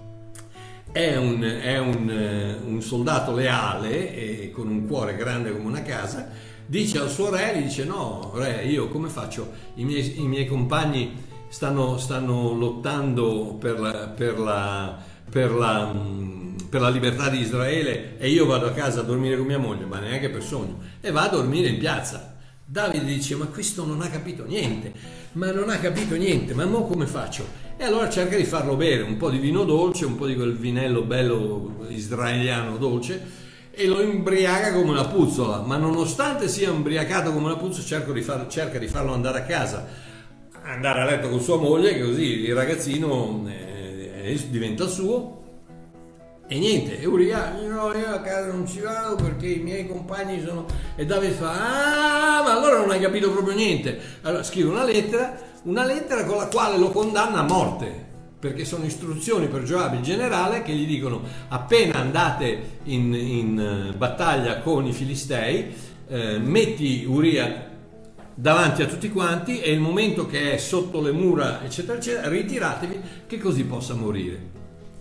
A: è un, è un, un soldato leale e con un cuore grande come una casa, dice al suo re, gli dice: no re, io come faccio? I miei, i miei compagni stanno, stanno lottando per la, per, la, per, la, per la libertà di Israele, e io vado a casa a dormire con mia moglie, ma neanche per sogno, e va a dormire in piazza. Davide dice: ma questo non ha capito niente, ma non ha capito niente, ma mo come faccio? E allora cerca di farlo bere un po' di vino dolce, un po' di quel vinello bello israeliano dolce, e lo imbriaca come una puzzola. Ma nonostante sia imbriacato come una puzzola, cerca di, far, cerca di farlo andare a casa, andare a letto con sua moglie, così il ragazzino eh, diventa suo. E niente, e Uria: no, io a casa non ci vado perché i miei compagni sono... E Davide fa: ah, ma allora non hai capito proprio niente. Allora scrive una lettera, una lettera con la quale lo condanna a morte, perché sono istruzioni per Joab il generale, che gli dicono: appena andate in, in battaglia con i Filistei, eh, metti Uria davanti a tutti quanti, e il momento che è sotto le mura eccetera eccetera, ritiratevi, che così possa morire.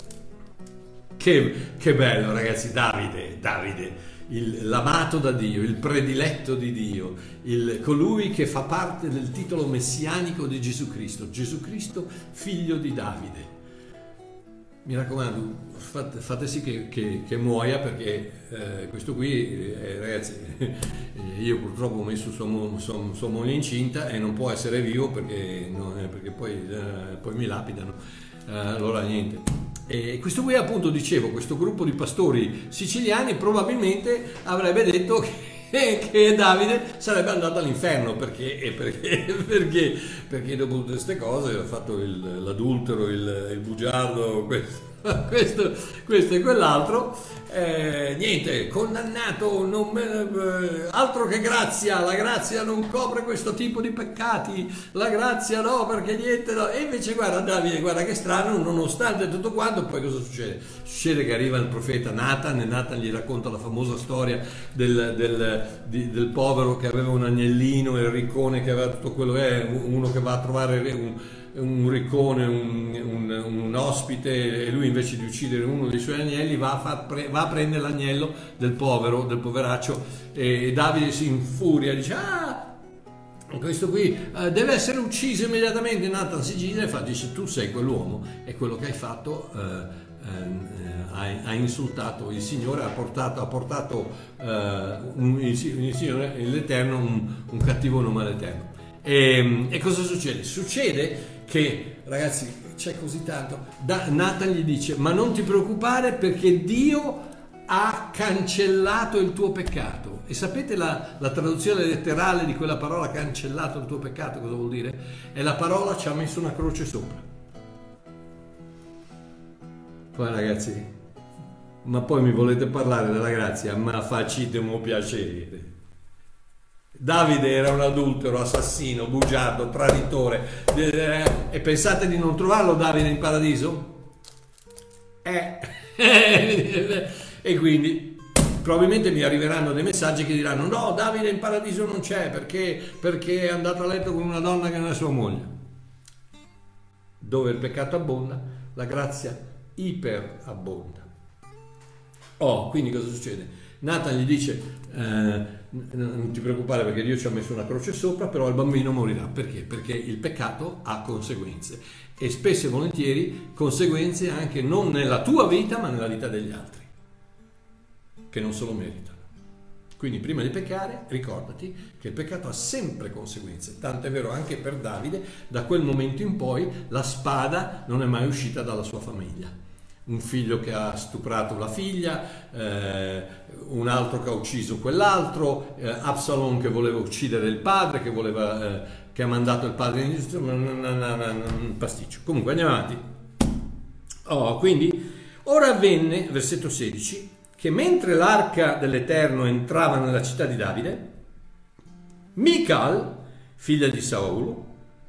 A: Che, che bello ragazzi, Davide, Davide, il, l'amato da Dio, il prediletto di Dio, il, colui che fa parte del titolo messianico di Gesù Cristo, Gesù Cristo figlio di Davide. Mi raccomando, fate, fate sì che, che, che muoia, perché eh, questo qui, eh, ragazzi, io purtroppo ho messo sua, sua, sua moglie incinta e non può essere vivo, perché, no, perché poi, eh, poi mi lapidano, eh, allora niente. E questo qui, appunto, dicevo, questo gruppo di pastori siciliani probabilmente avrebbe detto che che Davide sarebbe andato all'inferno perché, perché, perché, perché dopo tutte queste cose ha fatto il, l'adultero, il, il bugiardo, questo, questo, questo e quell'altro. Eh, niente, condannato, non, eh, altro che grazia, la grazia non copre questo tipo di peccati, la grazia no, perché niente no. E invece guarda Davide, guarda che strano, nonostante tutto quanto, poi cosa succede? Succede che arriva il profeta Nathan e Nathan gli racconta la famosa storia del, del, di, del povero che aveva un agnellino e il riccone che aveva tutto quello che è, uno che va a trovare un, un riccone, un, un, un ospite, e lui invece di uccidere uno dei suoi agnelli va a, far pre- va a prendere l'agnello del povero, del poveraccio, e Davide si infuria, dice ah, questo qui eh, deve essere ucciso immediatamente. Nathan si gira e fa, dice tu sei quell'uomo e quello che hai fatto eh, eh, hai, hai insultato il Signore, ha portato, ha portato eh, un, il, il Signore, l'Eterno, un, un cattivo nome all'Eterno. E, e cosa succede? Succede che, ragazzi, c'è così tanto. Da, Nathan gli dice ma non ti preoccupare perché Dio ha cancellato il tuo peccato. E sapete la, la traduzione letterale di quella parola cancellato il tuo peccato cosa vuol dire? È la parola ci ha messo una croce sopra. Poi ragazzi, ma poi mi volete parlare della grazia? Ma facitemi piacere. Davide era un adultero, assassino, bugiardo, traditore, e pensate di non trovarlo Davide in paradiso? Eh, e quindi probabilmente mi arriveranno dei messaggi che diranno no, Davide in paradiso non c'è perché, perché è andato a letto con una donna che non è sua moglie. Dove il peccato abbonda, la grazia iperabbonda. Oh, quindi cosa succede? Nathan gli dice eh, non ti preoccupare perché Dio ci ha messo una croce sopra, però il bambino morirà. Perché? Perché il peccato ha conseguenze e spesso e volentieri conseguenze anche non nella tua vita ma nella vita degli altri che non se lo meritano. Quindi prima di peccare ricordati che il peccato ha sempre conseguenze, tanto è vero anche per Davide, da quel momento in poi la spada non è mai uscita dalla sua famiglia. Un figlio che ha stuprato la figlia, eh, un altro che ha ucciso quell'altro, eh, Absalom che voleva uccidere il padre, che, voleva, eh, che ha mandato il padre in un pasticcio. Comunque andiamo avanti. Oh, quindi, ora avvenne, versetto sedici, che mentre l'arca dell'Eterno entrava nella città di Davide, Mical, figlia di Saulo,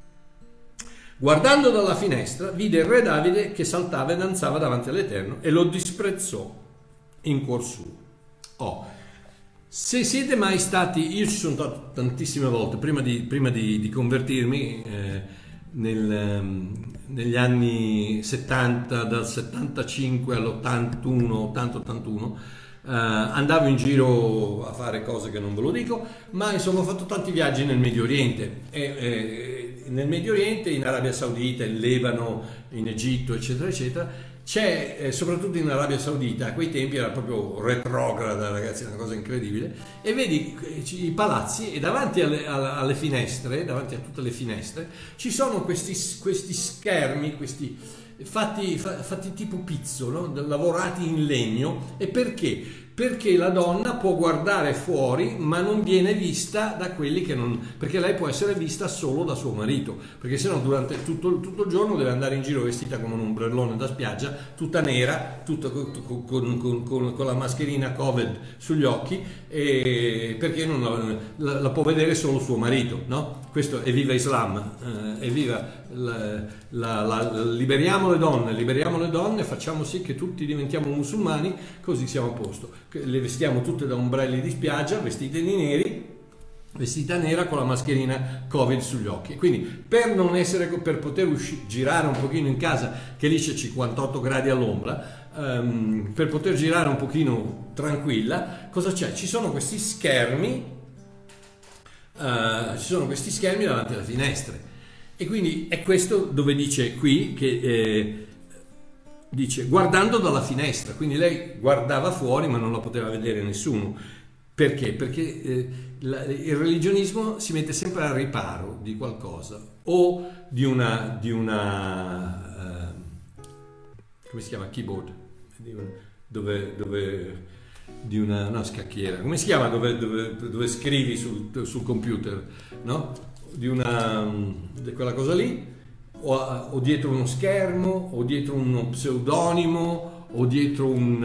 A: guardando dalla finestra, vide il re Davide che saltava e danzava davanti all'Eterno e lo disprezzò in cuor suo. Oh, se siete mai stati, io ci sono stato tantissime volte, prima di, prima di, di convertirmi, eh, nel, negli anni settanta, dal settantacinque all'ottantuno, ottanta ottantuno, eh, andavo in giro a fare cose che non ve lo dico, ma insomma ho fatto tanti viaggi nel Medio Oriente. E, e, nel Medio Oriente, in Arabia Saudita, in Libano, in Egitto, eccetera, eccetera, c'è, eh, soprattutto in Arabia Saudita, a quei tempi era proprio retrograda, ragazzi, una cosa incredibile, e vedi i palazzi e davanti alle, alle finestre, davanti a tutte le finestre, ci sono questi, questi schermi, questi fatti, fatti tipo pizzo, no? Lavorati in legno. E perché? Perché la donna può guardare fuori ma non viene vista da quelli che non... perché lei può essere vista solo da suo marito, perché sennò durante tutto, tutto il giorno deve andare in giro vestita come un ombrellone da spiaggia, tutta nera, tutta con, con, con, con, con la mascherina Covid sugli occhi, e perché non la, la, la può vedere solo suo marito, no? Questo è viva Islam, eh, è viva la, la, la, liberiamo le donne, liberiamo le donne, facciamo sì che tutti diventiamo musulmani, così siamo a posto. Le vestiamo tutte da ombrelli di spiaggia, vestite di neri, vestita nera con la mascherina Covid sugli occhi. Quindi per non essere, per poter usci, girare un pochino in casa, che lì c'è cinquantotto gradi all'ombra, um, per poter girare un pochino tranquilla, cosa c'è? Ci sono questi schermi, uh, ci sono questi schermi davanti alle finestre. E quindi è questo dove dice qui che eh, dice guardando dalla finestra, quindi lei guardava fuori ma non la poteva vedere nessuno. Perché? Perché eh, la, il religionismo si mette sempre al riparo di qualcosa o di una, di una uh, come si chiama? Keyboard, dove, dove di una no, scacchiera, come si chiama dove, dove, dove scrivi sul, sul computer, no? Di una di quella cosa lì, o, o dietro uno schermo, o dietro uno pseudonimo, o dietro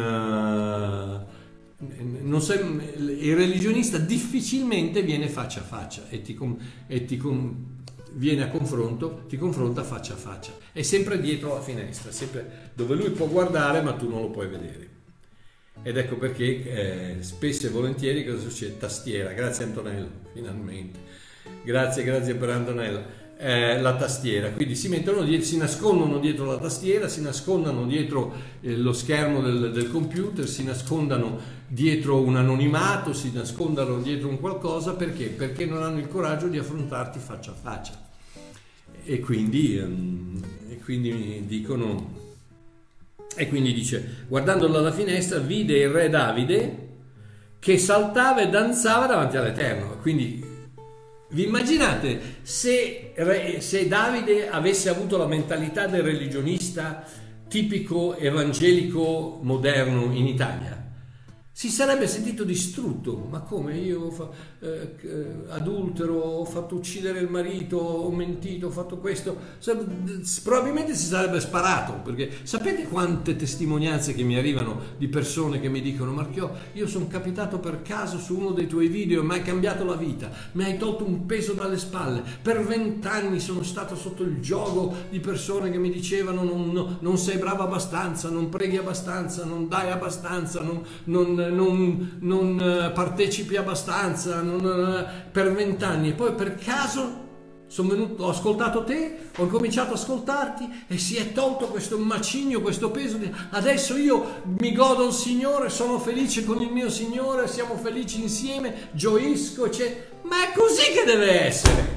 A: un uh, non so, il religionista difficilmente viene faccia a faccia e ti, e ti viene a confronto, ti confronta faccia a faccia, è sempre dietro la finestra, sempre dove lui può guardare ma tu non lo puoi vedere. Ed ecco perché eh, spesso e volentieri cosa succede? Tastiera, grazie Antonello, finalmente, grazie, grazie per Antonello, eh, la tastiera, quindi si mettono dietro, si nascondono dietro la tastiera, si nascondono dietro eh, lo schermo del, del computer, si nascondano dietro un anonimato, si nascondono dietro un qualcosa, perché? Perché non hanno il coraggio di affrontarti faccia a faccia, e quindi, ehm, e quindi mi dicono... E quindi dice, guardando dalla finestra vide il re Davide che saltava e danzava davanti all'Eterno. Quindi vi immaginate se, se Davide avesse avuto la mentalità del religionista tipico evangelico moderno in Italia? Si sarebbe sentito distrutto. Ma come, io fa, eh, adultero, ho fatto uccidere il marito, ho mentito, ho fatto questo? Probabilmente si sarebbe sparato, perché sapete quante testimonianze che mi arrivano di persone che mi dicono: Marchiò, io sono capitato per caso su uno dei tuoi video e mi hai cambiato la vita, mi hai tolto un peso dalle spalle, per vent'anni sono stato sotto il gioco di persone che mi dicevano non, no, non sei bravo abbastanza, non preghi abbastanza, non dai abbastanza, non, non Non, non partecipi abbastanza, non, per vent'anni, e poi per caso sono venuto, ho ascoltato te, ho cominciato ad ascoltarti e si è tolto questo macigno, questo peso. Adesso io mi godo il Signore, sono felice con il mio Signore, siamo felici insieme, gioisco, eccetera. Ma è così che deve essere.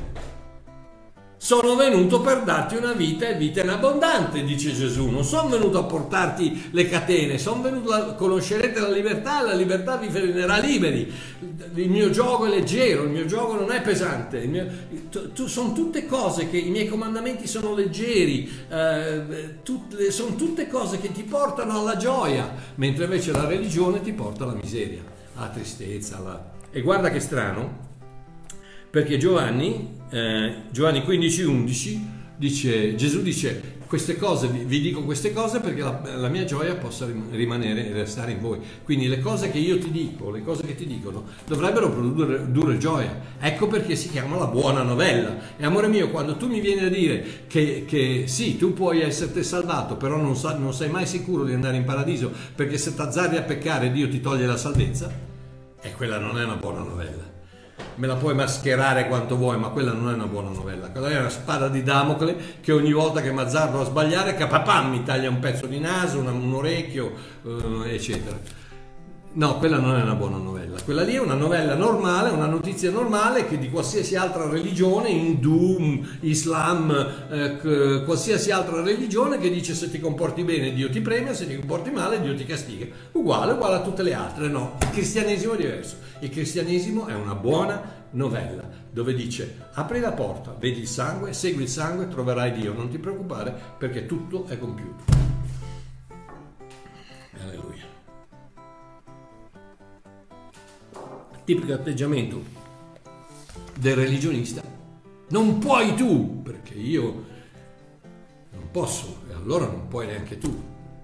A: Sono venuto per darti una vita e vita in abbondante, dice Gesù. Non sono venuto a portarti le catene, sono venuto a conoscerete la libertà, e la libertà vi renderà liberi. Il mio gioco è leggero, il mio gioco non è pesante. Il mio, tu, tu, sono tutte cose che i miei comandamenti sono leggeri, eh, tut, sono tutte cose che ti portano alla gioia, mentre invece la religione ti porta alla miseria, alla tristezza. Alla... E guarda che strano, perché Giovanni, eh, Giovanni quindici undici dice, Gesù dice queste cose, vi, vi dico queste cose perché la, la mia gioia possa rimanere e restare in voi. Quindi le cose che io ti dico, le cose che ti dicono dovrebbero produrre gioia. Ecco perché si chiama la buona novella. E amore mio, quando tu mi vieni a dire che, che sì, tu puoi esserti salvato, però non, sa, non sei mai sicuro di andare in paradiso, perché se t'azzardi a peccare Dio ti toglie la salvezza, e quella non è una buona novella. Me la puoi mascherare quanto vuoi, ma quella non è una buona novella. Quella è una spada di Damocle che ogni volta che mi azzardo a sbagliare, capapam, mi taglia un pezzo di naso, un, un orecchio, eh, eccetera. No, quella non è una buona novella. Quella lì è una novella normale, una notizia normale che di qualsiasi altra religione, Hindu, Islam, eh, qualsiasi altra religione, che dice se ti comporti bene Dio ti premia, se ti comporti male Dio ti castiga. Uguale, uguale a tutte le altre. No, il cristianesimo è diverso. Il cristianesimo è una buona novella dove dice apri la porta, vedi il sangue, segui il sangue, troverai Dio, non ti preoccupare perché tutto è compiuto. Alleluia. Tipico atteggiamento del religionista: non puoi tu, perché io non posso, e allora non puoi neanche tu.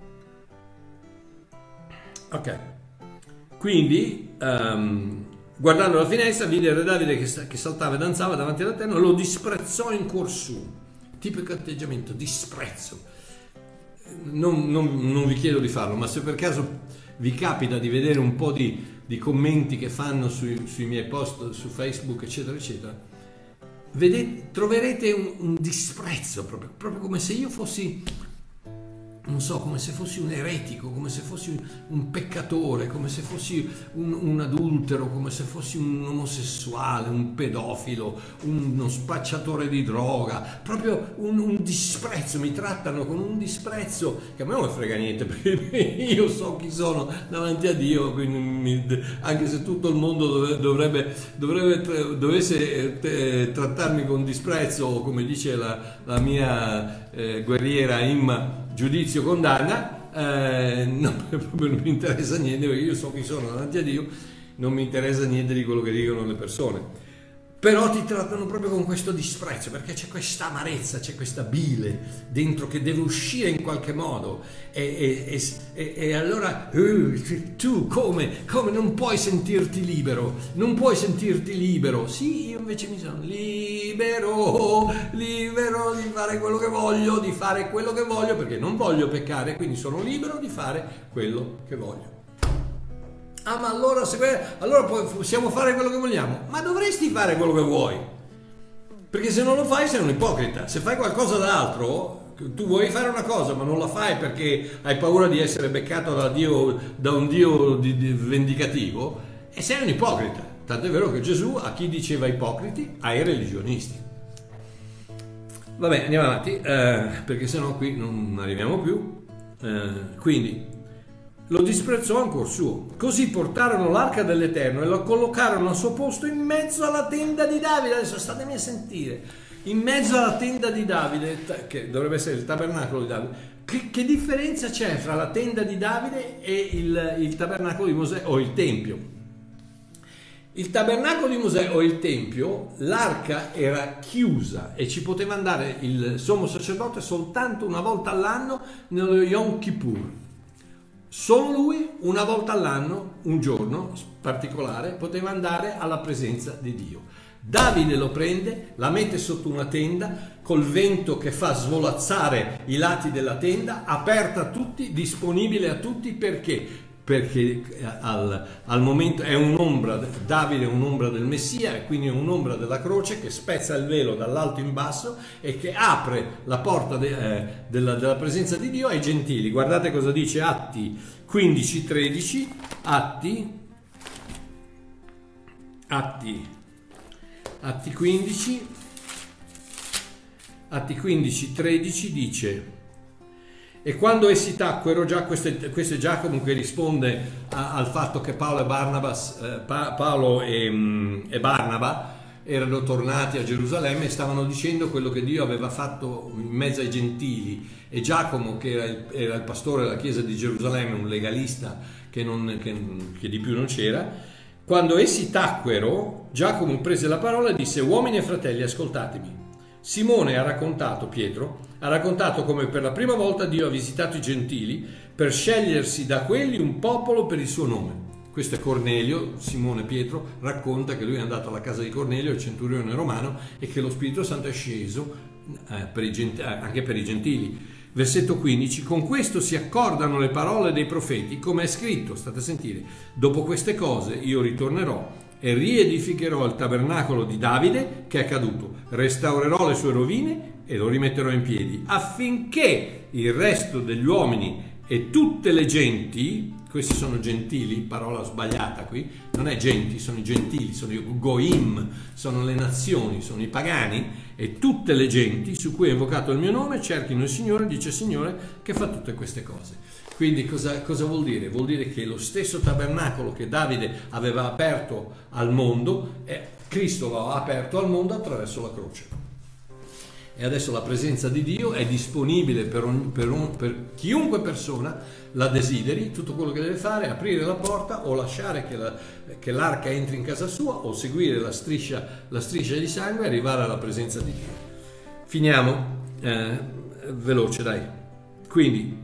A: Ok, quindi um, guardando la finestra vide il re Davide che, che saltava e danzava davanti all'Eterno, lo disprezzò in cuor suo. Tipico atteggiamento, disprezzo. Non, non, non vi chiedo di farlo, ma se per caso vi capita di vedere un po' di di commenti che fanno sui, sui miei post su Facebook, eccetera, eccetera, vedete, troverete un, un disprezzo, proprio, proprio come se io fossi, non so, come se fossi un eretico, come se fossi un, un peccatore, come se fossi un, un adultero, come se fossi un omosessuale, un pedofilo, un, uno spacciatore di droga, proprio un, un disprezzo, mi trattano con un disprezzo che a me non mi frega niente, perché io so chi sono davanti a Dio, quindi mi, anche se tutto il mondo dovrebbe, dovrebbe dovesse eh, trattarmi con disprezzo, o come dice la, la mia eh, guerriera Imma, giudizio, condanna, eh, no, proprio non mi interessa niente, perché io so chi sono davanti a Dio, non mi interessa niente di quello che dicono le persone. Però ti trattano proprio con questo disprezzo, perché c'è questa amarezza, c'è questa bile dentro che deve uscire in qualche modo, e, e, e, e allora uh, tu come, come non puoi sentirti libero, non puoi sentirti libero. Sì, io invece mi sono libero, libero di fare quello che voglio, di fare quello che voglio, perché non voglio peccare, quindi sono libero di fare quello che voglio. Ah, ma allora, se, allora possiamo fare quello che vogliamo? Ma dovresti fare quello che vuoi, perché se non lo fai sei un ipocrita. Se fai qualcosa d'altro, tu vuoi fare una cosa ma non la fai perché hai paura di essere beccato da, Dio, da un Dio di, di vendicativo, e sei un ipocrita. Tanto è vero che Gesù a chi diceva ipocriti? Ai religionisti. Vabbè, andiamo avanti, eh, perché sennò qui non arriviamo più. Eh, quindi lo disprezzò ancor suo. Così portarono l'arca dell'Eterno e la collocarono al suo posto in mezzo alla tenda di Davide. Adesso statemi a sentire. In mezzo alla tenda di Davide, che dovrebbe essere il tabernacolo di Davide. Che, che differenza c'è fra la tenda di Davide e il, il tabernacolo di Mosè o il Tempio? Il tabernacolo di Mosè o il Tempio, l'arca era chiusa e ci poteva andare il sommo sacerdote soltanto una volta all'anno nello Yom Kippur. Solo lui, una volta all'anno, un giorno particolare, poteva andare alla presenza di Dio. Davide lo prende, la mette sotto una tenda, col vento che fa svolazzare i lati della tenda, aperta a tutti, disponibile a tutti, perché? Perché al, al momento è un'ombra, Davide è un'ombra del Messia, e quindi è un'ombra della croce che spezza il velo dall'alto in basso e che apre la porta de, eh, della, della presenza di Dio ai gentili. Guardate cosa dice Atti quindici tredici, Atti, Atti, Atti quindici, Atti quindici tredici dice: e quando essi tacquero, già questo è, questo è Giacomo che risponde a, al fatto che Paolo e, Barnabas, eh, pa, Paolo e, um, e Barnaba erano tornati a Gerusalemme e stavano dicendo quello che Dio aveva fatto in mezzo ai gentili, e Giacomo, che era il, era il pastore della chiesa di Gerusalemme, un legalista che, non, che, che di più non c'era, quando essi tacquero, Giacomo prese la parola e disse: uomini e fratelli, ascoltatemi. Simone ha raccontato, Pietro, ha raccontato come per la prima volta Dio ha visitato i gentili per scegliersi da quelli un popolo per il suo nome. Questo è Cornelio. Simone Pietro racconta che lui è andato alla casa di Cornelio, il centurione romano, e che lo Spirito Santo è sceso eh, per i gent- anche per i gentili. Versetto quindici: con questo si accordano le parole dei profeti, come è scritto, state a sentire: dopo queste cose io ritornerò e riedificherò il tabernacolo di Davide che è caduto, restaurerò le sue rovine e lo rimetterò in piedi, affinché il resto degli uomini e tutte le genti, questi sono gentili, parola sbagliata qui, non è genti, sono i gentili, sono i goim, sono le nazioni, sono i pagani, e tutte le genti su cui è invocato il mio nome cerchino il Signore, dice il Signore, che fa tutte queste cose. Quindi cosa, cosa vuol dire? Vuol dire che lo stesso tabernacolo che Davide aveva aperto al mondo, eh, Cristo l'ha aperto al mondo attraverso la croce. E adesso la presenza di Dio è disponibile per, un, per, un, per chiunque persona la desideri. Tutto quello che deve fare è aprire la porta o lasciare che, la, che l'arca entri in casa sua, o seguire la striscia, la striscia di sangue e arrivare alla presenza di Dio. Finiamo eh, veloce, dai. Quindi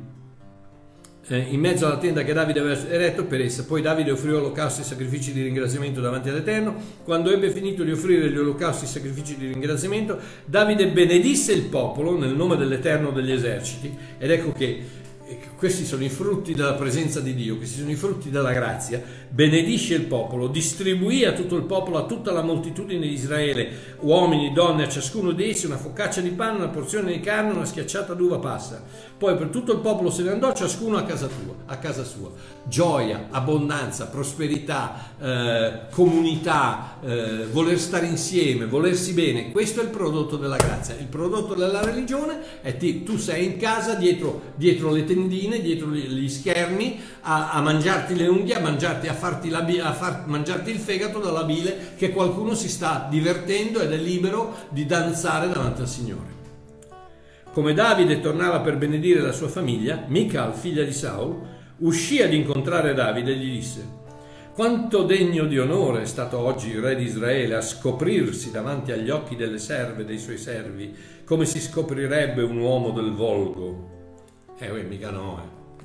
A: in mezzo alla tenda che Davide aveva eretto per essa. Poi Davide offrì olocausti e sacrifici di ringraziamento davanti all'Eterno. Quando ebbe finito di offrire gli olocausti e sacrifici di ringraziamento, Davide benedisse il popolo nel nome dell'Eterno degli eserciti. Ed ecco che questi sono i frutti della presenza di Dio, questi sono i frutti della grazia. Benedisce il popolo, distribuì a tutto il popolo, a tutta la moltitudine di Israele, uomini, donne, a ciascuno di essi una focaccia di pane, una porzione di carne, una schiacciata d'uva passa. Poi per tutto il popolo se ne andò, ciascuno a casa tua, a casa sua. Gioia, abbondanza, prosperità, eh, comunità, eh, voler stare insieme, volersi bene. Questo è il prodotto della grazia. Il prodotto della religione è ti, tu sei in casa dietro, dietro le tendine, dietro gli schermi, a, a mangiarti le unghie, a mangiarti, a farti, la, a far, mangiarti il fegato dalla bile che qualcuno si sta divertendo ed è libero di danzare davanti al Signore. Come Davide tornava per benedire la sua famiglia, Michal, figlia di Saul, uscì ad incontrare Davide e gli disse: quanto degno di onore è stato oggi il re di Israele a scoprirsi davanti agli occhi delle serve dei suoi servi, come si scoprirebbe un uomo del volgo. Eh, uè, mica no,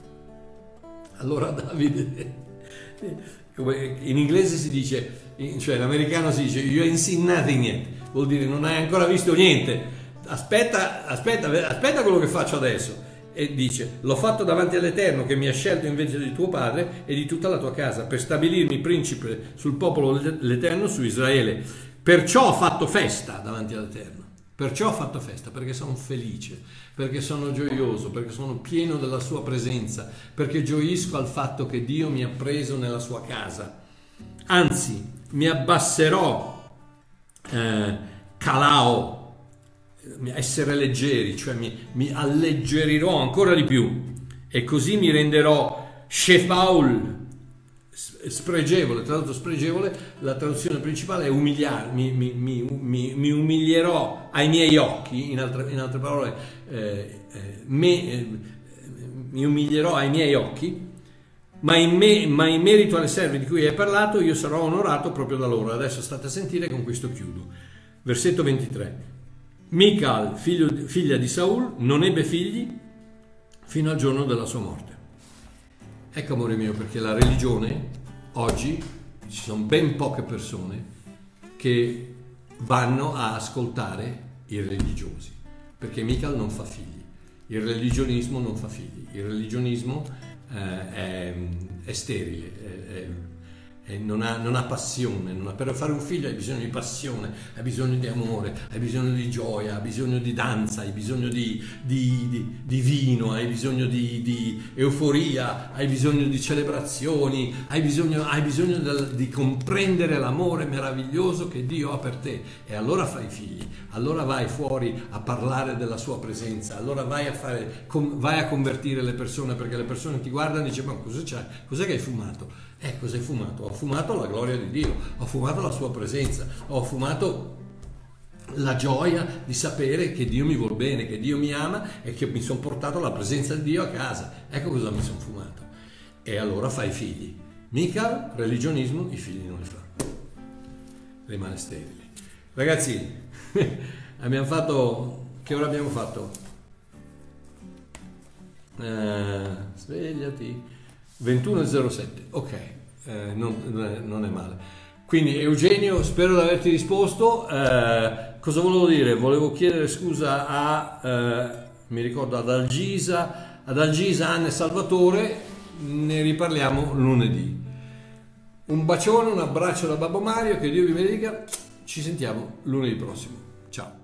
A: eh. Allora Davide, come in inglese si dice, cioè l'americano si dice you ain't seen nothing yet, vuol dire non hai ancora visto niente, aspetta, aspetta, aspetta quello che faccio adesso. E dice: l'ho fatto davanti all'Eterno che mi ha scelto invece di tuo padre e di tutta la tua casa per stabilirmi principe sul popolo l'Eterno, su Israele. Perciò ho fatto festa davanti all'Eterno, perciò ho fatto festa, perché sono felice, perché sono gioioso, perché sono pieno della sua presenza, perché gioisco al fatto che Dio mi ha preso nella sua casa. Anzi, mi abbasserò, eh, calao, essere leggeri, cioè mi, mi alleggerirò ancora di più, e così mi renderò shefaul, spregevole. Tradotto spregevole, la traduzione principale è umiliare, mi, mi, mi, mi, mi umilierò ai miei occhi, in altre, in altre parole eh, eh, me, eh, mi umilierò ai miei occhi, ma in, me, ma in merito alle serve di cui hai parlato io sarò onorato proprio da loro. Adesso state a sentire, con questo chiudo. Versetto ventitré. Michal, figlio, figlia di Saul, non ebbe figli fino al giorno della sua morte. Ecco, amore mio, perché la religione, oggi ci sono ben poche persone che vanno a ascoltare i religiosi, perché Michal non fa figli, il religionismo non fa figli, il religionismo eh, è, è sterile, è, è, e non ha, non ha passione, non ha, per fare un figlio hai bisogno di passione, hai bisogno di amore, hai bisogno di gioia, hai bisogno di danza, hai bisogno di, di, di, di vino, hai bisogno di, di euforia, hai bisogno di celebrazioni, hai bisogno, hai bisogno del, di comprendere l'amore meraviglioso che Dio ha per te, e allora fai figli, allora vai fuori a parlare della sua presenza, allora vai a fare, vai a convertire le persone, perché le persone ti guardano e dicono: ma cosa c'è? Cos'è che hai fumato? Eh, cosa hai fumato? Ho fumato la gloria di Dio, ho fumato la sua presenza, ho fumato la gioia di sapere che Dio mi vuol bene, che Dio mi ama e che mi sono portato la presenza di Dio a casa. Ecco cosa mi sono fumato. E allora fai figli. Mica religionismo, i figli non li fa. Rimane sterile. Ragazzi, abbiamo fatto... Che ora abbiamo fatto? Eh, svegliati... ventuno e zero sette, ok, eh, non, non è male. Quindi Eugenio, spero di averti risposto. Eh, cosa volevo dire? Volevo chiedere scusa a, eh, mi ricordo, ad Algisa, ad Algisa, Anna e Salvatore. Ne riparliamo lunedì. Un bacione, un abbraccio da Babbo Mario, che Dio vi benedica. Ci sentiamo lunedì prossimo. Ciao.